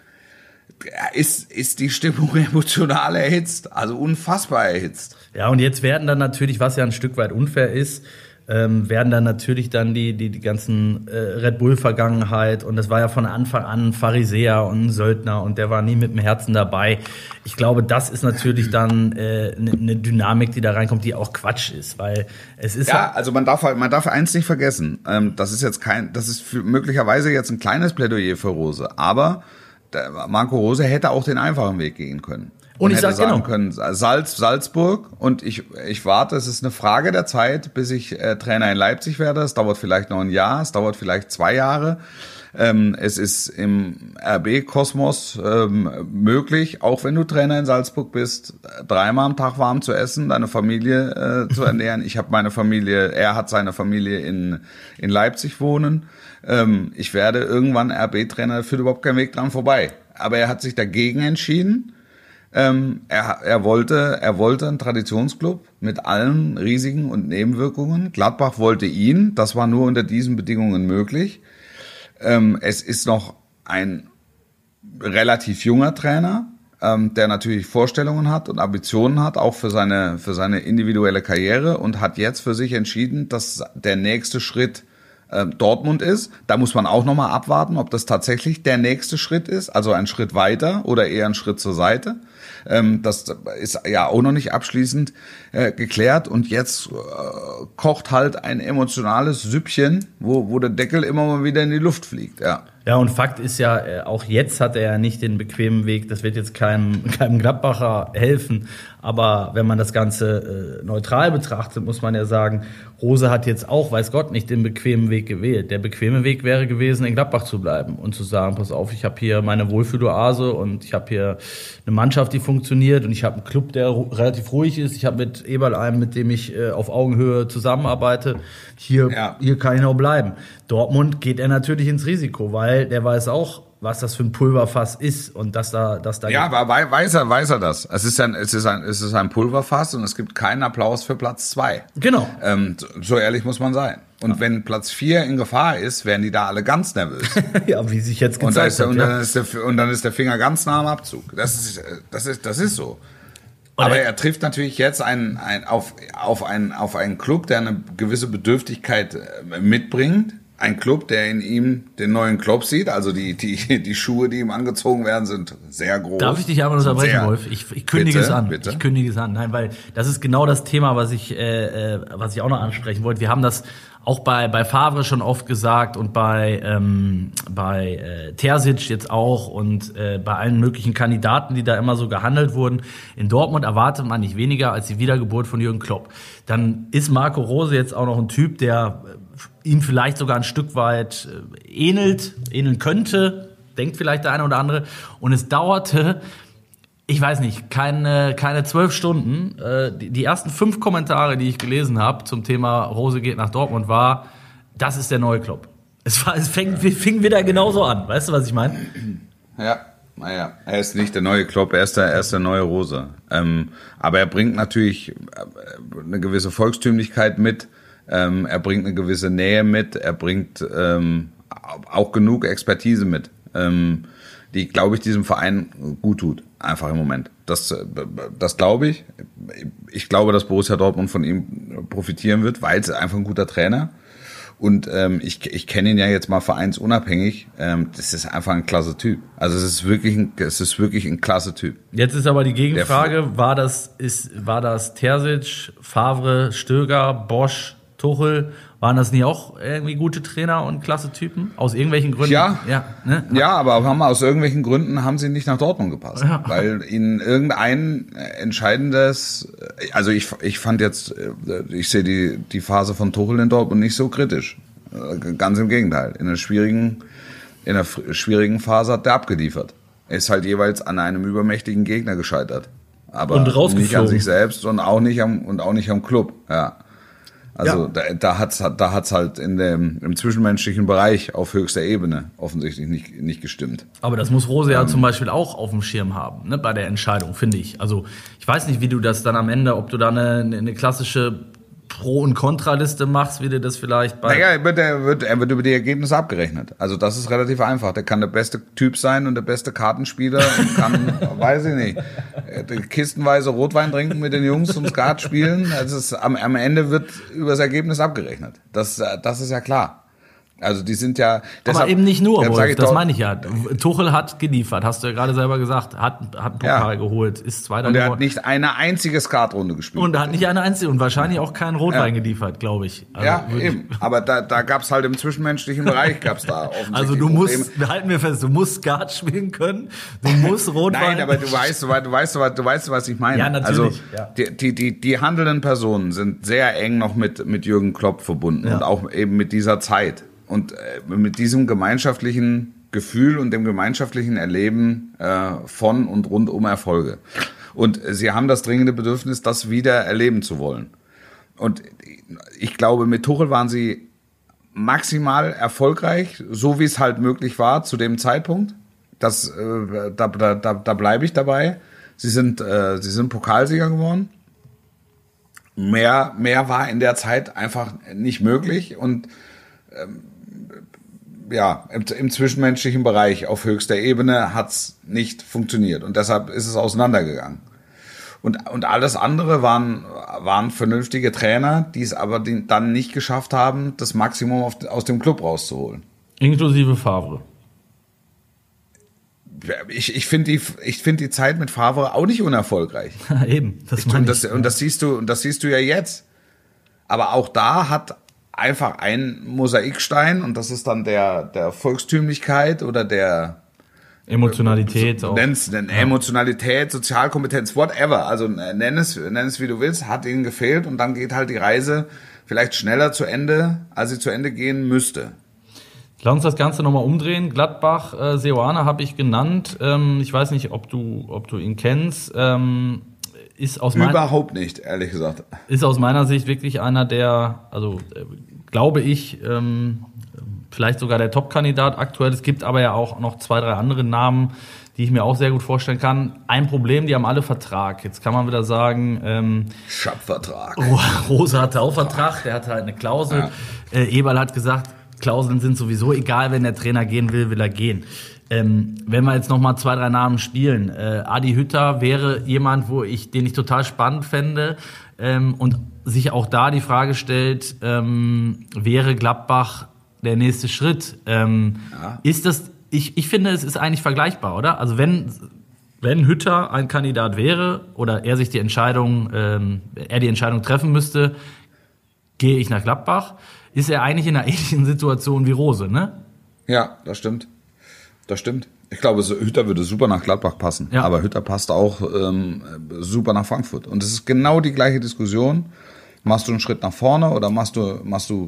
ist, ist die Stimmung emotional erhitzt, also unfassbar erhitzt. Ja, und jetzt werden dann natürlich, was ja ein Stück weit unfair ist, ähm, werden dann natürlich dann die, die, die ganzen äh, Red Bull-Vergangenheit, und das war ja von Anfang an ein Pharisäer und ein Söldner und der war nie mit dem Herzen dabei. Ich glaube, das ist natürlich dann äh, eine, eine Dynamik, die da reinkommt, die auch Quatsch ist, weil es ist ja, ja also man darf man darf eins nicht vergessen, ähm, das ist jetzt kein, das ist für, möglicherweise jetzt ein kleines Plädoyer für Rose, aber der Marco Rose hätte auch den einfachen Weg gehen können. Und, und ich hätte sag, sagen genau. können, Salz, Salzburg, und ich, ich warte, es ist eine Frage der Zeit, bis ich äh, Trainer in Leipzig werde. Es dauert vielleicht noch ein Jahr, es dauert vielleicht zwei Jahre. Ähm, es ist im R B-Kosmos ähm, möglich, auch wenn du Trainer in Salzburg bist, dreimal am Tag warm zu essen, deine Familie äh, zu ernähren. Ich habe meine Familie, er hat seine Familie in, in Leipzig wohnen. Ähm, ich werde irgendwann R B-Trainer, da führt überhaupt kein Weg dran vorbei. Aber er hat sich dagegen entschieden. Ähm, er, er wollte, er wollte einen Traditionsclub mit allen Risiken und Nebenwirkungen. Gladbach wollte ihn. Das war nur unter diesen Bedingungen möglich. Ähm, es ist noch ein relativ junger Trainer, ähm, der natürlich Vorstellungen hat und Ambitionen hat, auch für seine, für seine individuelle Karriere, und hat jetzt für sich entschieden, dass der nächste Schritt Dortmund ist. Da muss man auch nochmal abwarten, ob das tatsächlich der nächste Schritt ist, also ein Schritt weiter oder eher ein Schritt zur Seite. Das ist ja auch noch nicht abschließend geklärt, und jetzt kocht halt ein emotionales Süppchen, wo, wo der Deckel immer mal wieder in die Luft fliegt, ja. Ja, und Fakt ist ja, auch jetzt hat er ja nicht den bequemen Weg, das wird jetzt keinem, keinem Gladbacher helfen, aber wenn man das Ganze äh, neutral betrachtet, muss man ja sagen, Rose hat jetzt auch, weiß Gott, nicht den bequemen Weg gewählt. Der bequeme Weg wäre gewesen, in Gladbach zu bleiben und zu sagen, pass auf, ich habe hier meine Wohlfühloase und ich habe hier eine Mannschaft, die funktioniert, und ich habe einen Club, der ru- relativ ruhig ist. Ich habe mit Eberl einen, mit dem ich äh, auf Augenhöhe zusammenarbeite. Hier, ja. hier kann ich noch bleiben. Dortmund geht er natürlich ins Risiko, weil der weiß auch, was das für ein Pulverfass ist, und dass da, dass da ja, aber weiß er, weiß er das. Es ist ein, es ist ein, es ist ein Pulverfass, und es gibt keinen Applaus für Platz zwei. Genau. Ähm, so ehrlich muss man sein. Und ja. wenn Platz vier in Gefahr ist, werden die da alle ganz nervös. Ja, wie sich jetzt gezeigt und hat. Und ja. dann ist der, und dann ist der Finger ganz nah am Abzug. Das ist, das ist, das ist so. Und aber er trifft natürlich jetzt ein, ein, auf, auf, einen, auf einen Club, der eine gewisse Bedürftigkeit mitbringt. Ein Club, der in ihm den neuen Klopp sieht, also die, die, die Schuhe, die ihm angezogen werden, sind sehr groß. Darf ich dich aber unterbrechen, Wolf? Ich, ich kündige bitte, es an. Bitte? Ich kündige es an. Nein, weil das ist genau das Thema, was ich, äh, was ich auch noch ansprechen wollte. Wir haben das auch bei, bei Favre schon oft gesagt und bei, ähm, bei äh, Terzic jetzt auch und äh, bei allen möglichen Kandidaten, die da immer so gehandelt wurden. In Dortmund erwartet man nicht weniger als die Wiedergeburt von Jürgen Klopp. Dann ist Marco Rose jetzt auch noch ein Typ, der ihm vielleicht sogar ein Stück weit äh, ähnelt, ähneln könnte, denkt vielleicht der eine oder andere. Und es dauerte, ich weiß nicht, keine, keine zwölf Stunden. Äh, die, die ersten fünf Kommentare, die ich gelesen habe zum Thema Rose geht nach Dortmund, war, das ist der neue Klopp. Es, war, es fing, fing wieder genauso an. Weißt du, was ich meine? Ja, naja, er ist nicht der neue Klopp, er ist der, er ist der neue Rose. Ähm, aber er bringt natürlich eine gewisse Volkstümlichkeit mit. Ähm, er bringt eine gewisse Nähe mit. Er bringt ähm, auch genug Expertise mit, ähm, die, glaube ich, diesem Verein gut tut. Einfach im Moment. Das, das glaube ich. Ich glaube, dass Borussia Dortmund von ihm profitieren wird, weil es einfach ein guter Trainer. Und ähm, ich, ich kenne ihn ja jetzt mal vereinsunabhängig. Ähm, das ist einfach ein klasse Typ. Also es ist wirklich ein, es ist wirklich ein klasse Typ. Jetzt ist aber die Gegenfrage, war das, ist, war das Terzic, Favre, Stöger, Bosch, Tuchel, waren das nicht auch irgendwie gute Trainer und klasse Typen? Aus irgendwelchen Gründen? Ja, ja, ne? ja, aber haben aus irgendwelchen Gründen haben sie nicht nach Dortmund gepasst. Ja. Weil ihnen irgendein entscheidendes, also ich, ich fand jetzt, ich sehe die, die Phase von Tuchel in Dortmund nicht so kritisch. Ganz im Gegenteil. In einer schwierigen, in einer schwierigen Phase hat der abgeliefert. Er ist halt jeweils an einem übermächtigen Gegner gescheitert. Aber und nicht an sich selbst und auch nicht am, und auch nicht am Club, ja. Also ja. da, da hat's da hat's halt in dem im zwischenmenschlichen Bereich auf höchster Ebene offensichtlich nicht nicht gestimmt. Aber das muss Rose ja ähm, zum Beispiel auch auf dem Schirm haben, ne, bei der Entscheidung, finde ich. Also ich weiß nicht, wie du das dann am Ende, ob du da eine, eine klassische Pro- und Kontraliste machst, wie du das vielleicht bei... Naja, er wird, er, wird, er wird über die Ergebnisse abgerechnet. Also das ist relativ einfach. Der kann der beste Typ sein und der beste Kartenspieler und kann, weiß ich nicht, kistenweise Rotwein trinken mit den Jungs und Skat spielen. Also es ist, am, am Ende wird über das Ergebnis abgerechnet. Das, das ist ja klar. Also die sind ja... Deshalb, aber eben nicht nur, Wolf, das meine ich ja. Tuchel hat geliefert, hast du ja gerade selber gesagt, hat, hat einen Pokal ja. geholt, ist Zweiter geworden. Und er geworden. hat nicht eine einzige Skatrunde gespielt. Und er hat nicht eine einzige und wahrscheinlich auch keinen Rotwein ja. geliefert, glaube ich. Also ja, eben. Aber da, da gab's halt im zwischenmenschlichen Bereich, gab's da offensichtlich Also du musst, wir halten wir fest, du musst Skat spielen können, du musst Rotwein... Nein, aber du weißt, du weißt, du weißt, du weißt, was ich meine. Ja, natürlich. Also ja. die, die, die, die handelnden Personen sind sehr eng noch mit, mit Jürgen Klopp verbunden ja. und auch eben mit dieser Zeit. Und mit diesem gemeinschaftlichen Gefühl und dem gemeinschaftlichen Erleben äh, von und rund um Erfolge. Und sie haben das dringende Bedürfnis, das wieder erleben zu wollen. Und ich glaube, mit Tuchel waren sie maximal erfolgreich, so wie es halt möglich war zu dem Zeitpunkt. Das, äh, da da, da, da bleibe ich dabei. Sie sind, äh, sie sind Pokalsieger geworden. Mehr, mehr war in der Zeit einfach nicht möglich. Und ähm, ja, im, im zwischenmenschlichen Bereich auf höchster Ebene hat's nicht funktioniert und deshalb ist es auseinandergegangen. Und, und alles andere waren, waren vernünftige Trainer, die es aber die dann nicht geschafft haben, das Maximum auf, aus dem Club rauszuholen. Inklusive Favre. Ich, ich finde die, ich finde die Zeit mit Favre auch nicht unerfolgreich. Eben, das meine und das, ich. Und das siehst du, und das siehst du ja jetzt. Aber auch da hat einfach ein Mosaikstein und das ist dann der, der Volkstümlichkeit oder der Emotionalität. So, auch. Nenn's, nenn, ja. Emotionalität, Sozialkompetenz, whatever. Also nenn es, nenn es wie du willst, hat ihnen gefehlt und dann geht halt die Reise vielleicht schneller zu Ende, als sie zu Ende gehen müsste. Lass uns das Ganze nochmal umdrehen. Gladbach, äh, Seoane habe ich genannt. Ähm, ich weiß nicht, ob du, ob du ihn kennst. Ähm, Ist aus Überhaupt nicht, ehrlich gesagt. Ist aus meiner Sicht wirklich einer der, also äh, glaube ich, ähm, vielleicht sogar der Top-Kandidat aktuell. Es gibt aber ja auch noch zwei, drei andere Namen, die ich mir auch sehr gut vorstellen kann. Ein Problem, die haben alle Vertrag. Jetzt kann man wieder sagen, ähm, Schapp-Vertrag. Rose hatte auch Vertrag, der hatte halt eine Klausel. Ja. Äh, Eberl hat gesagt, Klauseln sind sowieso egal, wenn der Trainer gehen will, will er gehen. Ähm, wenn wir jetzt noch mal zwei, drei Namen spielen, äh, Adi Hütter wäre jemand, wo ich, den ich total spannend fände ähm, und sich auch da die Frage stellt, ähm, wäre Gladbach der nächste Schritt? Ähm, ja. Ist das? Ich, ich finde, es ist eigentlich vergleichbar, oder? Also wenn wenn Hütter ein Kandidat wäre oder er sich die Entscheidung, ähm, er die Entscheidung treffen müsste, gehe ich nach Gladbach, ist er eigentlich in einer ähnlichen Situation wie Rose, ne? Ja, das stimmt. Das stimmt. Ich glaube, Hütter würde super nach Gladbach passen. Ja. Aber Hütter passt auch ähm, super nach Frankfurt. Und es ist genau die gleiche Diskussion. Machst du einen Schritt nach vorne oder machst du, machst du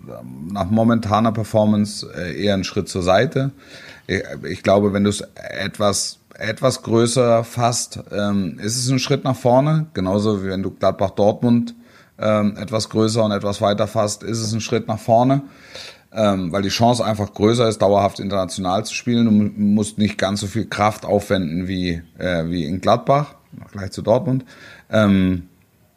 nach momentaner Performance eher ein Schritt zur Seite. Ich, ich glaube, wenn du es etwas etwas größer fasst, ähm, ist es ein Schritt nach vorne. Genauso wie wenn du Gladbach-Dortmund ähm, etwas größer und etwas weiter fasst, ist es ein Schritt nach vorne. Ähm, weil die Chance einfach größer ist, dauerhaft international zu spielen. Du musst nicht ganz so viel Kraft aufwenden wie, äh, wie in Gladbach, gleich zu Dortmund. Ähm,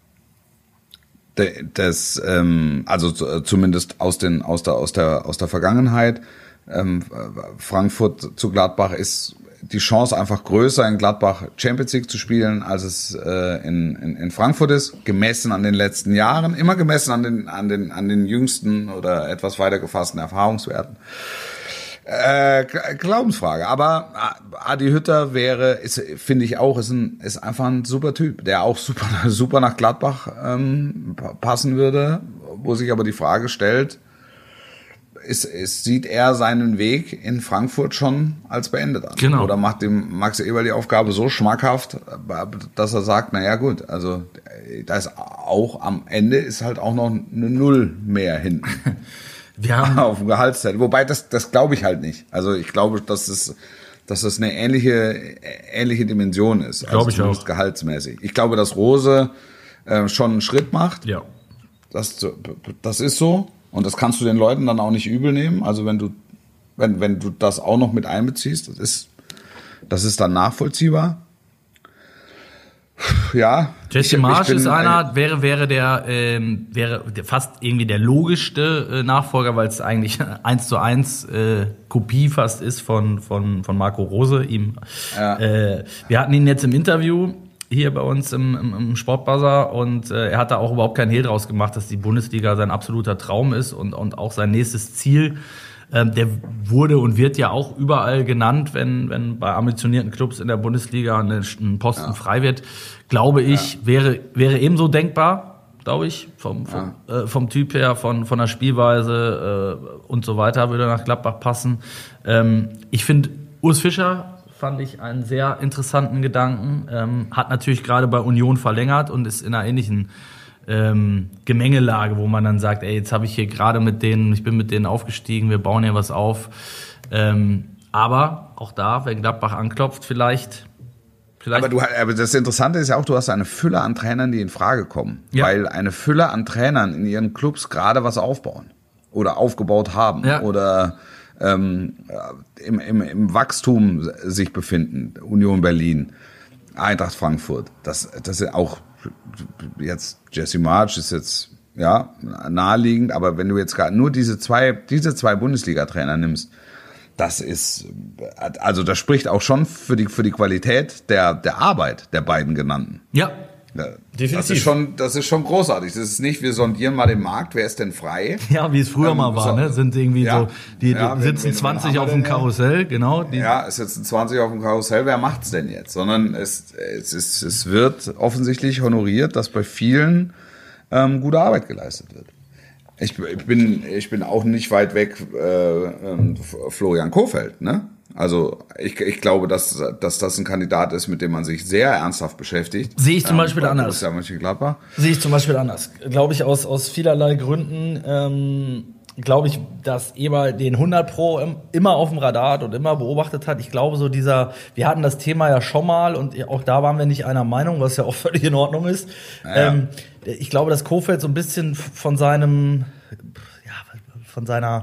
das, ähm, also zumindest aus, den, aus, der, aus, der, aus der Vergangenheit. Ähm, Frankfurt zu Gladbach ist die Chance einfach größer, in Gladbach Champions League zu spielen, als es äh, in, in, in Frankfurt ist, gemessen an den letzten Jahren, immer gemessen an den, an den, an den jüngsten oder etwas weiter gefassten Erfahrungswerten. Äh, Glaubensfrage, aber Adi Hütter wäre, ist, finde ich auch, ist, ein, ist einfach ein super Typ, der auch super, super nach Gladbach ähm, passen würde, wo sich aber die Frage stellt, Ist, ist, sieht er seinen Weg in Frankfurt schon als beendet an? Genau. Oder macht dem Max Eberl die Aufgabe so schmackhaft, dass er sagt, na ja gut, also da ist auch am Ende ist halt auch noch eine Null mehr hinten. Wir haben auf dem Gehaltszettel. Wobei das, das glaube ich halt nicht. Also ich glaube, dass es, dass das eine ähnliche, ähnliche Dimension ist. Glaube also ich auch. Gehaltsmäßig. Ich glaube, dass Rose äh, schon einen Schritt macht. Ja. Das, das ist so. Und das kannst du den Leuten dann auch nicht übel nehmen. Also wenn du, wenn, wenn du das auch noch mit einbeziehst, das ist, das ist dann nachvollziehbar. Ja. Jesse ich, Marsch ich ist bin, einer, wäre, wäre der, ähm, wäre der fast irgendwie der logischste äh, Nachfolger, weil es eigentlich eins zu eins äh, Kopie fast ist von, von, von Marco Rose, ihm. Ja. Äh, wir hatten ihn jetzt im Interview hier bei uns im, im, im Sportbuzzer und äh, er hat da auch überhaupt keinen Hehl draus gemacht, dass die Bundesliga sein absoluter Traum ist und, und auch sein nächstes Ziel. Ähm, der wurde und wird ja auch überall genannt, wenn, wenn bei ambitionierten Clubs in der Bundesliga eine, ein Posten ja. frei wird. Glaube ich, ja. wäre, wäre ebenso denkbar, glaube ich, vom, vom, ja. äh, vom Typ her, von, von der Spielweise äh, und so weiter, würde nach Gladbach passen. Ähm, ich finde, Urs Fischer fand ich einen sehr interessanten Gedanken. Ähm, hat natürlich gerade bei Union verlängert und ist in einer ähnlichen ähm, Gemengelage, wo man dann sagt, ey, jetzt habe ich hier gerade mit denen, ich bin mit denen aufgestiegen, wir bauen hier was auf. Ähm, aber auch da, wenn Gladbach anklopft, vielleicht... vielleicht aber, du, aber das Interessante ist ja auch, du hast eine Fülle an Trainern, die in Frage kommen. Ja. Weil eine Fülle an Trainern in ihren Clubs gerade was aufbauen. Oder aufgebaut haben. Ja. Oder... Ähm, im, im, im Wachstum sich befinden, Union Berlin, Eintracht Frankfurt, das, das ist auch jetzt, Jesse Marsch ist jetzt, ja, naheliegend, aber wenn du jetzt gerade nur diese zwei, diese zwei Bundesliga-Trainer nimmst, das ist, also das spricht auch schon für die, für die Qualität der, der Arbeit der beiden genannten. Ja. Ja, definitiv. Das ist schon, das ist schon großartig. Das ist nicht, wir sondieren mal den Markt, wer ist denn frei? Ja, wie es früher ähm, mal war, so, ne? Sind irgendwie ja, so, die ja, sitzen wenn, wenn, zwanzig auf dem Karussell, genau. Die ja, es sitzen zwanzig auf dem Karussell, wer macht's denn jetzt? Sondern es, es, ist, es wird offensichtlich honoriert, dass bei vielen ähm, gute Arbeit geleistet wird. Ich, ich bin, ich bin auch nicht weit weg, äh, äh, Florian Kohfeldt, ne? Also ich, ich glaube, dass, dass das ein Kandidat ist, mit dem man sich sehr ernsthaft beschäftigt. Sehe ich zum ähm, Beispiel anders. Borussia Mönchengladbach. Sehe ich zum Beispiel anders. Glaube ich aus, aus vielerlei Gründen. Ähm, glaube ich, dass Eberl den hundert Pro immer auf dem Radar hat und immer beobachtet hat. Ich glaube so dieser, wir hatten das Thema ja schon mal und auch da waren wir nicht einer Meinung, was ja auch völlig in Ordnung ist. Ja. Ähm, ich glaube, dass Kohfeldt so ein bisschen von seinem, ja, von seiner...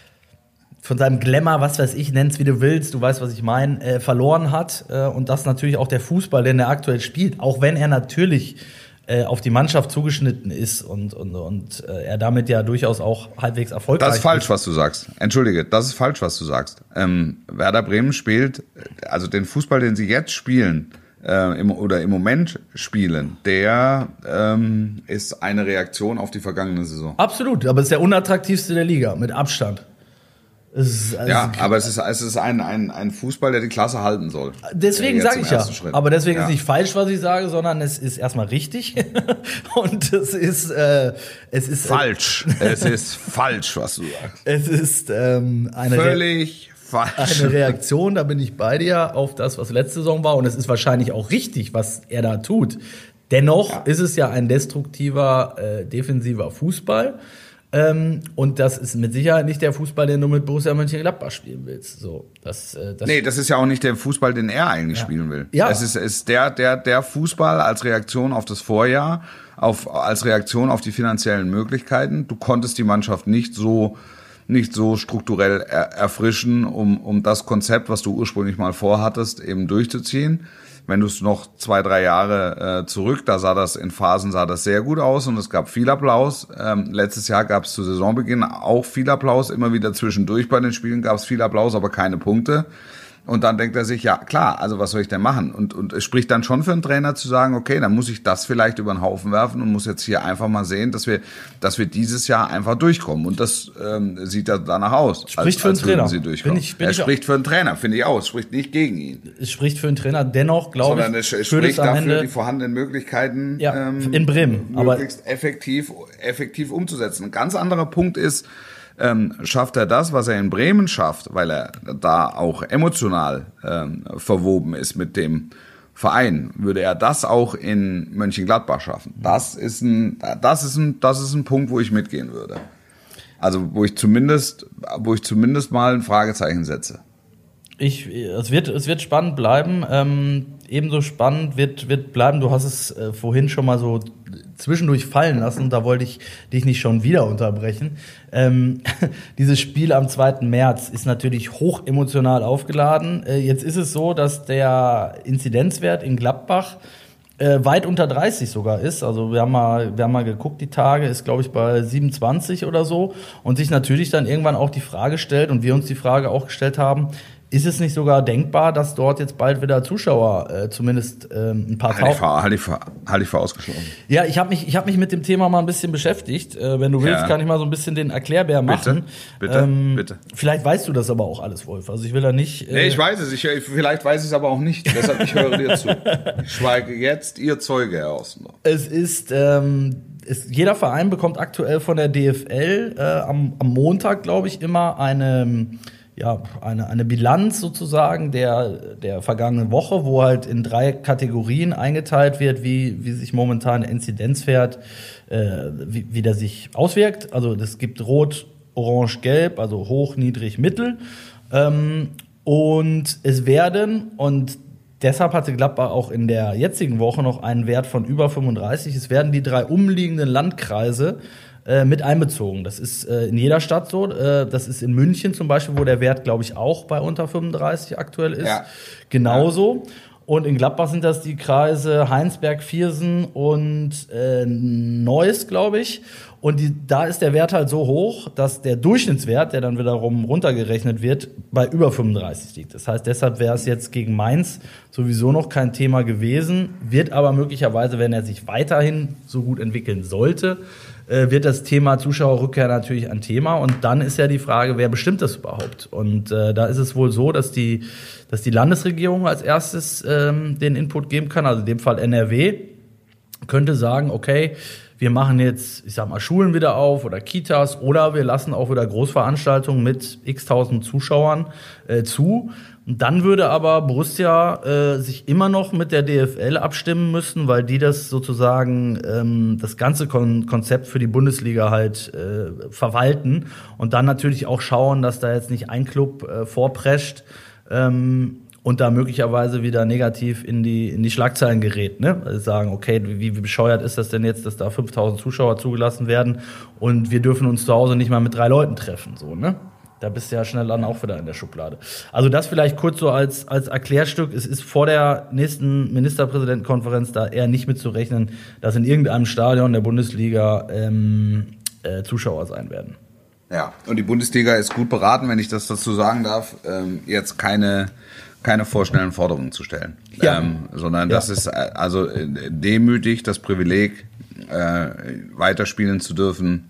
von seinem Glamour, was weiß ich, nenn's wie du willst, du weißt, was ich meine, äh, verloren hat. Äh, und das natürlich auch der Fußball, den er aktuell spielt, auch wenn er natürlich äh, auf die Mannschaft zugeschnitten ist und, und, und äh, er damit ja durchaus auch halbwegs erfolgreich ist. Das ist falsch, was du sagst. Entschuldige, das ist falsch, was du sagst. Ähm, Werder Bremen spielt, also den Fußball, den sie jetzt spielen, äh, im, oder im Moment spielen, der ähm, ist eine Reaktion auf die vergangene Saison. Absolut, aber es ist der unattraktivste der Liga, mit Abstand. Es also ja, aber es ist, es ist ein, ein, ein Fußball, der die Klasse halten soll. Deswegen sage ich ja. Schritt. Aber deswegen ja. ist nicht falsch, was ich sage, sondern es ist erstmal richtig. Und es ist, äh, es ist falsch. Äh, es ist falsch, was du sagst. Es ist ähm, eine völlig Re- falsch. Eine Reaktion, da bin ich bei dir, auf das, was letzte Saison war. Und es ist wahrscheinlich auch richtig, was er da tut. Dennoch ja. ist es ja ein destruktiver, äh, defensiver Fußball. Ähm, und das ist mit Sicherheit nicht der Fußball, den du mit Borussia Mönchengladbach spielen willst. So, das, äh, das nee, das ist ja auch nicht der Fußball, den er eigentlich ja. spielen will. Ja. Es ist, ist der, der, der Fußball als Reaktion auf das Vorjahr, auf, als Reaktion auf die finanziellen Möglichkeiten. Du konntest die Mannschaft nicht so, nicht so strukturell er, erfrischen, um, um das Konzept, was du ursprünglich mal vorhattest, eben durchzuziehen. Wenn du es noch zwei, drei Jahre äh, zurück, da sah das in Phasen sah das sehr gut aus und es gab viel Applaus. Ähm, letztes Jahr gab es zu Saisonbeginn auch viel Applaus, immer wieder zwischendurch bei den Spielen gab es viel Applaus, aber keine Punkte. Und dann denkt er sich, ja klar, also was soll ich denn machen? Und, und es spricht dann schon für einen Trainer zu sagen, okay, dann muss ich das vielleicht über den Haufen werfen und muss jetzt hier einfach mal sehen, dass wir, dass wir dieses Jahr einfach durchkommen. Und das ähm, sieht ja danach aus. Spricht als, für einen Trainer. Sie durchkommen. Bin ich, bin er ich spricht für einen Trainer, finde ich auch. Es spricht nicht gegen ihn. Es spricht für einen Trainer. Dennoch glaube ich, sondern es, es spricht spricht dafür, Ende, die vorhandenen Möglichkeiten ja, ähm, in Bremen, möglichst aber effektiv, effektiv umzusetzen. Ein ganz anderer Punkt ist, Ähm, schafft er das, was er in Bremen schafft, weil er da auch emotional ähm, verwoben ist mit dem Verein, würde er das auch in Mönchengladbach schaffen. Das ist ein, das ist ein, das ist ein Punkt, wo ich mitgehen würde. Also wo ich zumindest, wo ich zumindest mal ein Fragezeichen setze. Ich, es wird, es wird spannend bleiben. Ähm, ebenso spannend wird, wird bleiben. Du hast es äh, vorhin schon mal so zwischendurch fallen lassen. Da wollte ich dich nicht schon wieder unterbrechen. Ähm, dieses Spiel am zweiten März ist natürlich hoch emotional aufgeladen. Äh, jetzt ist es so, dass der Inzidenzwert in Gladbach äh, weit unter dreißig sogar ist. Also wir haben mal, wir haben mal geguckt, die Tage ist, glaube ich, bei siebenundzwanzig oder so. Und sich natürlich dann irgendwann auch die Frage stellt, und wir uns die Frage auch gestellt haben, ist es nicht sogar denkbar, dass dort jetzt bald wieder Zuschauer, äh, zumindest ähm, ein paar tausend... Halte ich für, halte ich für ausgeschlossen. Ja, ich habe mich, ich hab mich mit dem Thema mal ein bisschen beschäftigt. Äh, wenn du willst, ja. kann ich mal so ein bisschen den Erklärbär machen. Bitte, bitte, ähm, bitte. Vielleicht weißt du das aber auch alles, Wolf. Also ich will da nicht... Äh nee, ich weiß es. Ich, vielleicht weiß ich es aber auch nicht. Deshalb, ich höre dir zu. Ich schweige jetzt, ihr Zeuge, Herr Ostendorf. Es ist... Ähm, es, jeder Verein bekommt aktuell von der D F L äh, am, am Montag, glaube ich, immer eine... ja, eine, eine Bilanz sozusagen der, der vergangenen Woche, wo halt in drei Kategorien eingeteilt wird, wie, wie sich momentan der Inzidenzwert, äh, wie, wie der sich auswirkt. Also es gibt Rot, Orange, Gelb, also hoch, niedrig, mittel. Ähm, und es werden, und deshalb hatte Gladbach auch in der jetzigen Woche noch einen Wert von über fünfunddreißig, es werden die drei umliegenden Landkreise mit einbezogen. Das ist äh, in jeder Stadt so. Äh, das ist in München zum Beispiel, wo der Wert, glaube ich, auch bei unter fünfunddreißig aktuell ist. Ja. Genauso. Ja. Und in Gladbach sind das die Kreise Heinsberg, Viersen und äh, Neuss, glaube ich. Und die, da ist der Wert halt so hoch, dass der Durchschnittswert, der dann wiederum runtergerechnet wird, bei über fünfunddreißig liegt. Das heißt, deshalb wäre es jetzt gegen Mainz sowieso noch kein Thema gewesen, wird aber möglicherweise, wenn er sich weiterhin so gut entwickeln sollte, äh, wird das Thema Zuschauerrückkehr natürlich ein Thema. Und dann ist ja die Frage, wer bestimmt das überhaupt? Und äh, da ist es wohl so, dass die, dass die Landesregierung als erstes ähm, den Input geben kann, also in dem Fall N R W, könnte sagen, okay, wir machen jetzt, ich sag mal, Schulen wieder auf oder Kitas oder wir lassen auch wieder Großveranstaltungen mit x tausend Zuschauern äh, zu. Und dann würde aber Borussia äh, sich immer noch mit der D F L abstimmen müssen, weil die das sozusagen ähm, das ganze Kon- Konzept für die Bundesliga halt äh, verwalten und dann natürlich auch schauen, dass da jetzt nicht ein Club äh, vorprescht, ähm, und da möglicherweise wieder negativ in die in die Schlagzeilen gerät, ne? Also sagen, okay, wie, wie bescheuert ist das denn jetzt, dass da fünftausend Zuschauer zugelassen werden und wir dürfen uns zu Hause nicht mal mit drei Leuten treffen, so, ne? Da bist du ja schnell dann auch wieder in der Schublade. Also das vielleicht kurz so als als Erklärstück. Es ist vor der nächsten Ministerpräsidentenkonferenz da eher nicht mitzurechnen, dass in irgendeinem Stadion der Bundesliga ähm, äh, Zuschauer sein werden. Ja, und die Bundesliga ist gut beraten, wenn ich das dazu sagen darf, ähm, jetzt keine keine vorschnellen Forderungen zu stellen, ja. ähm, sondern ja. das ist also demütig das Privileg, äh, weiterspielen zu dürfen,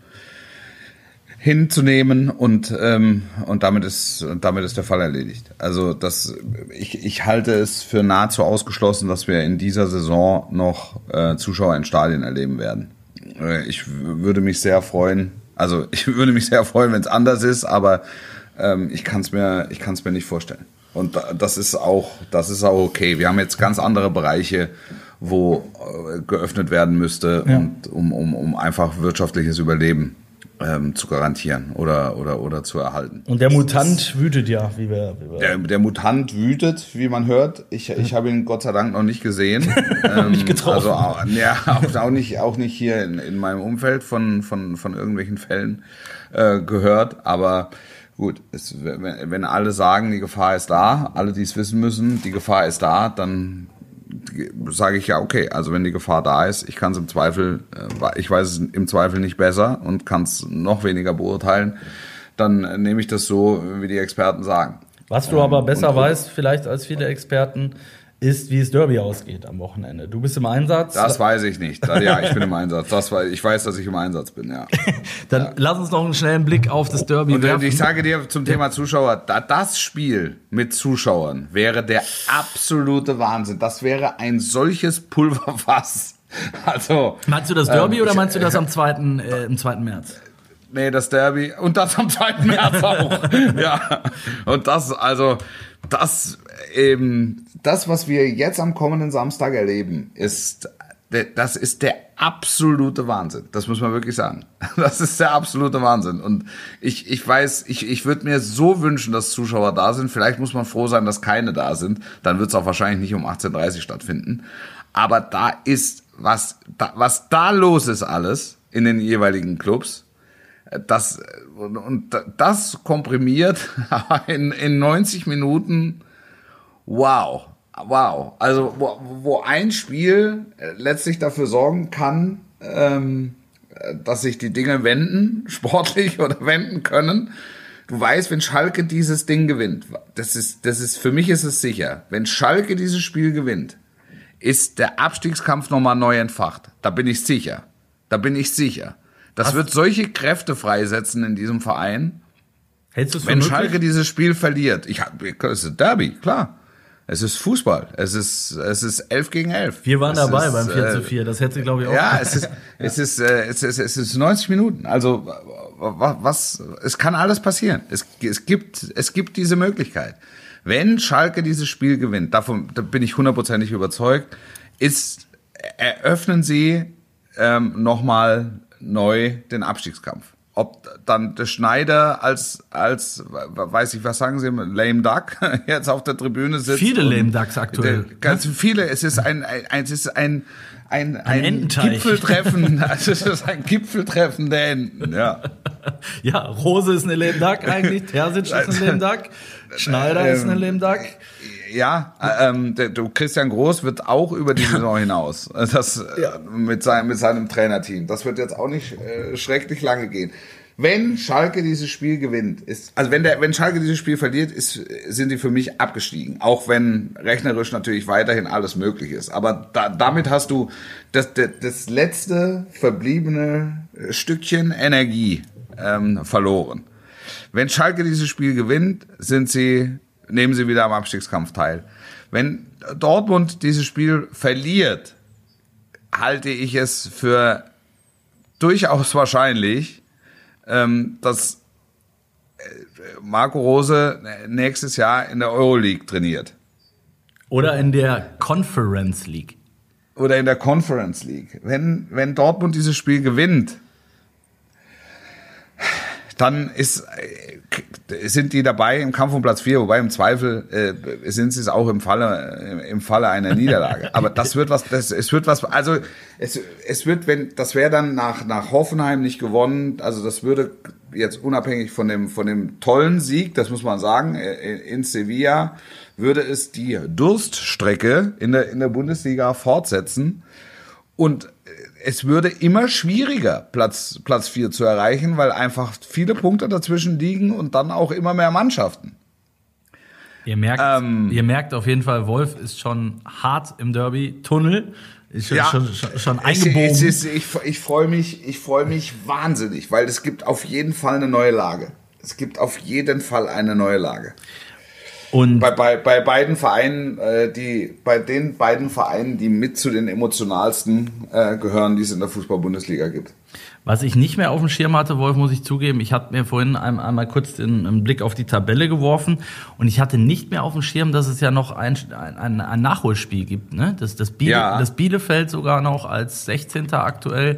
hinzunehmen und ähm, und damit ist damit ist der Fall erledigt. Also das ich ich halte es für nahezu ausgeschlossen, dass wir in dieser Saison noch äh, Zuschauer in Stadien erleben werden. Äh, ich w- würde mich sehr freuen, also ich würde mich sehr freuen, wenn es anders ist, aber ähm, ich kann es mir ich kann es mir nicht vorstellen. Und das ist auch, das ist auch okay. Wir haben jetzt ganz andere Bereiche, wo äh, geöffnet werden müsste, ja. und, um, um, um einfach wirtschaftliches Überleben ähm, zu garantieren oder, oder, oder zu erhalten. Und der Mutant wütet ja, wie wir... Wie wir Der, der Mutant wütet, wie man hört. Ich, ich habe ihn Gott sei Dank noch nicht gesehen. ähm, nicht getroffen. Also auch, ja, auch, auch, nicht, auch nicht hier in, in meinem Umfeld von, von, von irgendwelchen Fällen äh, gehört. Aber gut, es, wenn, wenn alle sagen, die Gefahr ist da, alle, die es wissen müssen, die Gefahr ist da, dann sage ich ja, okay, also wenn die Gefahr da ist, ich kann es im Zweifel, äh, ich weiß es im Zweifel nicht besser und kann es noch weniger beurteilen, dann äh, nehme ich das so, wie die Experten sagen. Was du aber besser und, weißt, vielleicht als viele Experten, ist, wie es Derby ausgeht am Wochenende. Du bist im Einsatz. Das weiß ich nicht. Ja, ich bin im Einsatz. Das weiß, ich weiß, dass ich im Einsatz bin, ja. Dann ja. lass uns noch einen schnellen Blick auf das Derby und werfen. Ich sage dir zum Thema Zuschauer, das Spiel mit Zuschauern wäre der absolute Wahnsinn. Das wäre ein solches Pulverfass. Also, meinst du das Derby ähm, oder ich, meinst du das am zweiten, äh, im zweiten März? Nee, das Derby und das am zweiten März auch. Ja. Und das, also, das eben, das, was wir jetzt am kommenden Samstag erleben, ist, das ist der absolute Wahnsinn. Das muss man wirklich sagen. Das ist der absolute Wahnsinn. Und ich, ich weiß, ich, ich würde mir so wünschen, dass Zuschauer da sind. Vielleicht muss man froh sein, dass keine da sind. Dann wird es auch wahrscheinlich nicht um achtzehn Uhr dreißig stattfinden. Aber da ist, was da, was da los ist alles in den jeweiligen Clubs, das, und das komprimiert in, in neunzig Minuten, wow, wow. Also, wo, wo ein Spiel letztlich dafür sorgen kann, ähm, dass sich die Dinge wenden, sportlich oder wenden können. Du weißt, wenn Schalke dieses Ding gewinnt, das ist, das ist, für mich ist es sicher, wenn Schalke dieses Spiel gewinnt, ist der Abstiegskampf nochmal neu entfacht. Da bin ich sicher. Da bin ich sicher. Das Was? wird solche Kräfte freisetzen in diesem Verein, Hältst du es für wenn möglich? Schalke dieses Spiel verliert. Ich hab, es ist Derby, klar. Es ist Fußball. Es ist, es ist elf gegen elf. Wir waren es dabei ist, beim vier zu äh, vier. Das hätte, glaube ich, auch. Ja, es ist, es ist, äh, es ist, es ist neunzig Minuten. Also, was, es kann alles passieren. Es, es gibt, es gibt diese Möglichkeit. Wenn Schalke dieses Spiel gewinnt, davon da bin ich hundertprozentig überzeugt, ist, eröffnen sie ähm, nochmal neu den Abstiegskampf. Ob dann der Schneider als, als, weiß ich, was sagen Sie, Lame Duck jetzt auf der Tribüne sitzt. Viele Lame Ducks aktuell. Ganz viele. Es ist ein, ein, es ist ein, ein, ein, ein Gipfeltreffen. Also es ist ein Gipfeltreffen der Enten, ja. Ja, Rose ist eine Lame Duck eigentlich, Terzic ist eine Lame Duck, Schneider ist eine Lame Duck. Ja, ähm, der, der Christian Groß wird auch über die Saison hinaus. Das ja. mit seinem mit seinem Trainerteam. Das wird jetzt auch nicht äh, schrecklich lange gehen. Wenn Schalke dieses Spiel gewinnt, ist also wenn der wenn Schalke dieses Spiel verliert, ist sind die für mich abgestiegen. Auch wenn rechnerisch natürlich weiterhin alles möglich ist. Aber da, damit hast du das, das das letzte verbliebene Stückchen Energie ähm, verloren. Wenn Schalke dieses Spiel gewinnt, sind sie nehmen sie wieder am Abstiegskampf teil. Wenn Dortmund dieses Spiel verliert, halte ich es für durchaus wahrscheinlich, ähm, dass Marco Rose nächstes Jahr in der Euroleague trainiert. Oder in der Conference League. Oder in der Conference League. Wenn, wenn Dortmund dieses Spiel gewinnt, dann ist, sind die dabei im Kampf um Platz vier, wobei im Zweifel äh, sind sie es auch im Falle im Falle einer Niederlage. Aber das wird was, das, es wird was, also es, es wird, wenn das wäre dann nach nach Hoffenheim nicht gewonnen, also das würde jetzt unabhängig von dem von dem tollen Sieg, das muss man sagen, in Sevilla, würde es die Durststrecke in der in der Bundesliga fortsetzen und es würde immer schwieriger, Platz, Platz vier zu erreichen, weil einfach viele Punkte dazwischen liegen und dann auch immer mehr Mannschaften. Ihr merkt, ähm, ihr merkt auf jeden Fall, Wolf ist schon hart im Derby-Tunnel. Ist schon, ja, schon, schon, schon eingebogen. Ich, ich, ich, ich freue mich, ich freue mich wahnsinnig, weil es gibt auf jeden Fall eine neue Lage. Es gibt auf jeden Fall eine neue Lage. Und bei, bei, bei beiden Vereinen, äh, die, bei den beiden Vereinen, die mit zu den emotionalsten äh, gehören, die es in der Fußball-Bundesliga gibt. Was ich nicht mehr auf dem Schirm hatte, Wolf, muss ich zugeben, ich hatte mir vorhin einmal, einmal kurz den, einen Blick auf die Tabelle geworfen und ich hatte nicht mehr auf dem Schirm, dass es ja noch ein, ein, ein Nachholspiel gibt, ne? Das, das, Biele, ja. das Bielefeld sogar noch als sechzehnter aktuell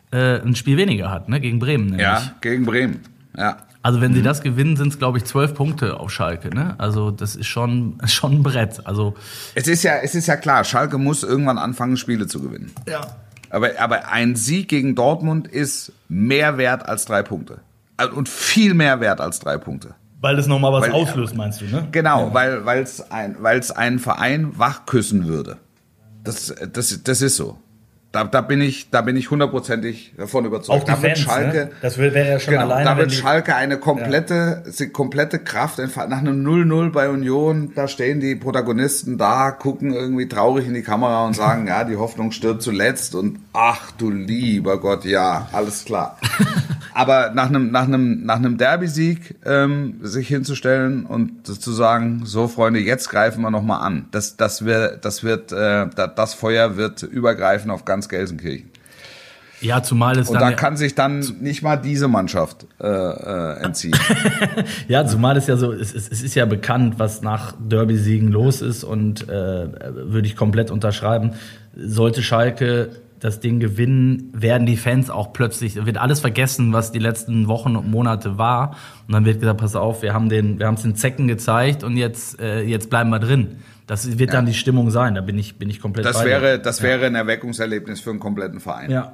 äh, ein Spiel weniger hat, ne? Gegen Bremen nämlich. Ja, gegen Bremen, ja. Also wenn sie das gewinnen, sind es, glaube ich, zwölf Punkte auf Schalke. Ne? Also das ist schon, schon ein Brett. Also es ist ja, es ist ja klar, Schalke muss irgendwann anfangen, Spiele zu gewinnen. ja. Aber, aber ein Sieg gegen Dortmund ist mehr wert als drei Punkte. Und viel mehr wert als drei Punkte. Weil das nochmal was Weil, auslöst, meinst du, ne? Genau, ja. weil weil's ein, weil's einen Verein wachküssen würde. Das, das, das ist so. Da, da bin ich, da bin ich hundertprozentig davon überzeugt. Auch die da wird Fans, Schalke, ne? Das wäre ja schon genau, alleine. da wird wenn die, Schalke eine komplette, ja. komplette Kraft entfalten. Nach einem null null bei Union, da stehen die Protagonisten da, gucken irgendwie traurig in die Kamera und sagen, ja, die Hoffnung stirbt zuletzt und ach du lieber Gott, ja, alles klar. Aber nach einem, nach einem, nach einem Derby-Sieg ähm, sich hinzustellen und zu sagen, so Freunde, jetzt greifen wir nochmal an. Das, das wird, das wird, äh, das Feuer wird übergreifen auf ganz Gelsenkirchen. Ja, zumal es und dann da ja, kann sich dann nicht mal diese Mannschaft äh, äh, entziehen. ja, zumal es ja so, es, es ist ja bekannt, was nach Derby-Siegen los ist und äh, würde ich komplett unterschreiben. Sollte Schalke das Ding gewinnen, werden die Fans auch plötzlich, wird alles vergessen, was die letzten Wochen und Monate war. Und dann wird gesagt, pass auf, wir haben den, wir haben es den Zecken gezeigt und jetzt, äh, jetzt bleiben wir drin. Das wird ja. dann die Stimmung sein. Da bin ich, bin ich komplett das bei wäre, dir. Das wäre ja. ein Erweckungserlebnis für einen kompletten Verein. Ja.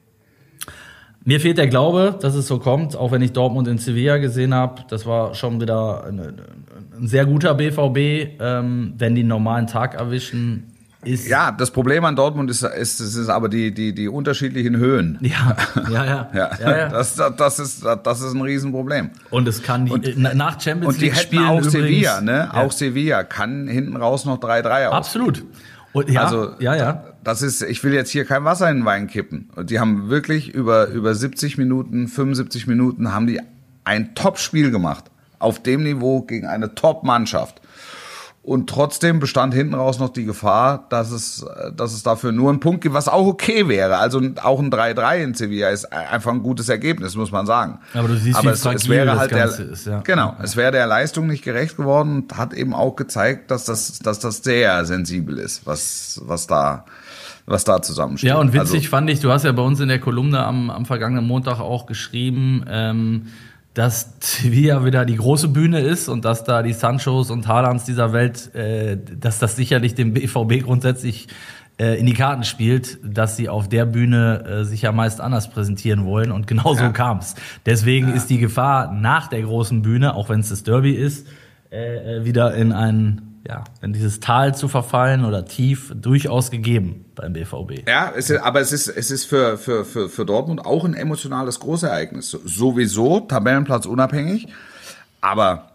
Mir fehlt der Glaube, dass es so kommt, auch wenn ich Dortmund in Sevilla gesehen habe. Das war schon wieder ein, ein sehr guter B V B, ähm, wenn die einen normalen Tag erwischen. Ist ja, das Problem an Dortmund ist, ist, ist, ist aber die, die, die unterschiedlichen Höhen. Ja, ja, ja. ja. ja, ja. Das, das, ist, das ist ein Riesenproblem. Und es kann die, und, nach Champions und die League hätten spielen auch übrigens, Sevilla, ne? Ja. Auch Sevilla kann hinten raus noch drei drei aus. Absolut. Und ja, also, ja, ja. Das ist, ich will jetzt hier kein Wasser in den Wein kippen. Und die haben wirklich über, über siebzig Minuten, fünfundsiebzig Minuten haben die ein Top-Spiel gemacht. Auf dem Niveau gegen eine Top-Mannschaft. Und trotzdem bestand hinten raus noch die Gefahr, dass es, dass es dafür nur einen Punkt gibt, was auch okay wäre. Also auch ein drei drei in Sevilla ist einfach ein gutes Ergebnis, muss man sagen. Aber du siehst, Aber wie es, fragil es wäre das halt Ganze der, ist. Ja. Genau, ja. es wäre der Leistung nicht gerecht geworden und hat eben auch gezeigt, dass das, dass das sehr sensibel ist, was, was da, was da zusammensteht. Ja, und witzig also, fand ich, du hast ja bei uns in der Kolumne am, am vergangenen Montag auch geschrieben, ähm, dass Sevilla wieder die große Bühne ist und dass da die Sanchos und Haalands dieser Welt, äh, dass das sicherlich dem B V B grundsätzlich äh, in die Karten spielt, dass sie auf der Bühne äh, sich ja meist anders präsentieren wollen und genau so ja. kam's. Deswegen ja. ist die Gefahr nach der großen Bühne, auch wenn es das Derby ist, äh, wieder in ein ja, in dieses Tal zu verfallen oder tief durchaus gegeben beim B V B. Ja, es ist, aber es ist, es ist für, für, für, für Dortmund auch ein emotionales Großereignis. Sowieso, Tabellenplatz unabhängig. Aber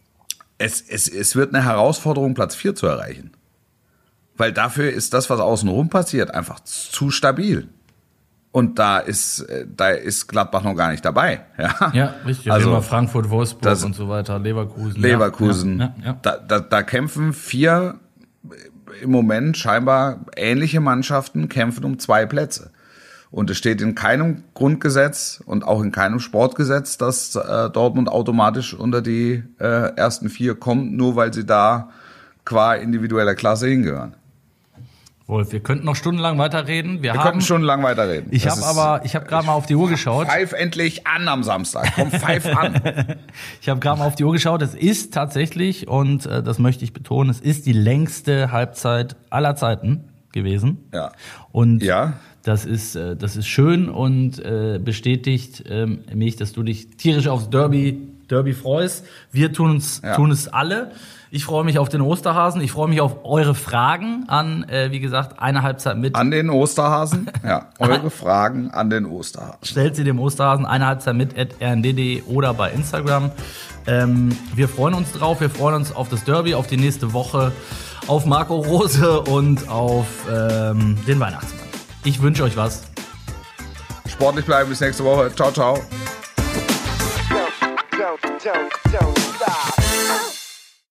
es, es, es wird eine Herausforderung, Platz vier zu erreichen. Weil dafür ist das, was außenrum passiert, einfach zu stabil. Und da ist, da ist Gladbach noch gar nicht dabei. Ja, ja richtig. Also immer Frankfurt, Wolfsburg das, und so weiter, Leverkusen. Leverkusen. Ja, ja, ja. Da, da, da kämpfen vier im Moment scheinbar ähnliche Mannschaften, kämpfen um zwei Plätze. Und es steht in keinem Grundgesetz und auch in keinem Sportgesetz, dass äh, Dortmund automatisch unter die äh, ersten vier kommt, nur weil sie da qua individueller Klasse hingehören. Wolf, wir könnten noch stundenlang weiterreden. Wir, wir haben, könnten stundenlang weiterreden. Ich habe aber, ich habe gerade mal auf die Uhr geschaut. Pfeif endlich an am Samstag. Komm, pfeif an. Ich habe gerade mal auf die Uhr geschaut. Es ist tatsächlich, und äh, das möchte ich betonen, es ist die längste Halbzeit aller Zeiten gewesen. Ja. Und ja. das ist, äh, das ist schön und äh, bestätigt ähm, mich, dass du dich tierisch aufs Derby, Derby freust. Wir tun uns, ja. tun es alle. Ich freue mich auf den Osterhasen. Ich freue mich auf eure Fragen an, äh, wie gesagt, eine Halbzeit mit. An den Osterhasen? Ja, eure Fragen an den Osterhasen. Stellt sie dem Osterhasen eine Halbzeit mit at r n d punkt d e oder bei Instagram. Ähm, wir freuen uns drauf. Wir freuen uns auf das Derby, auf die nächste Woche, auf Marco Rose und auf ähm, den Weihnachtsmann. Ich wünsche euch was. Sportlich bleiben bis nächste Woche. Ciao, ciao.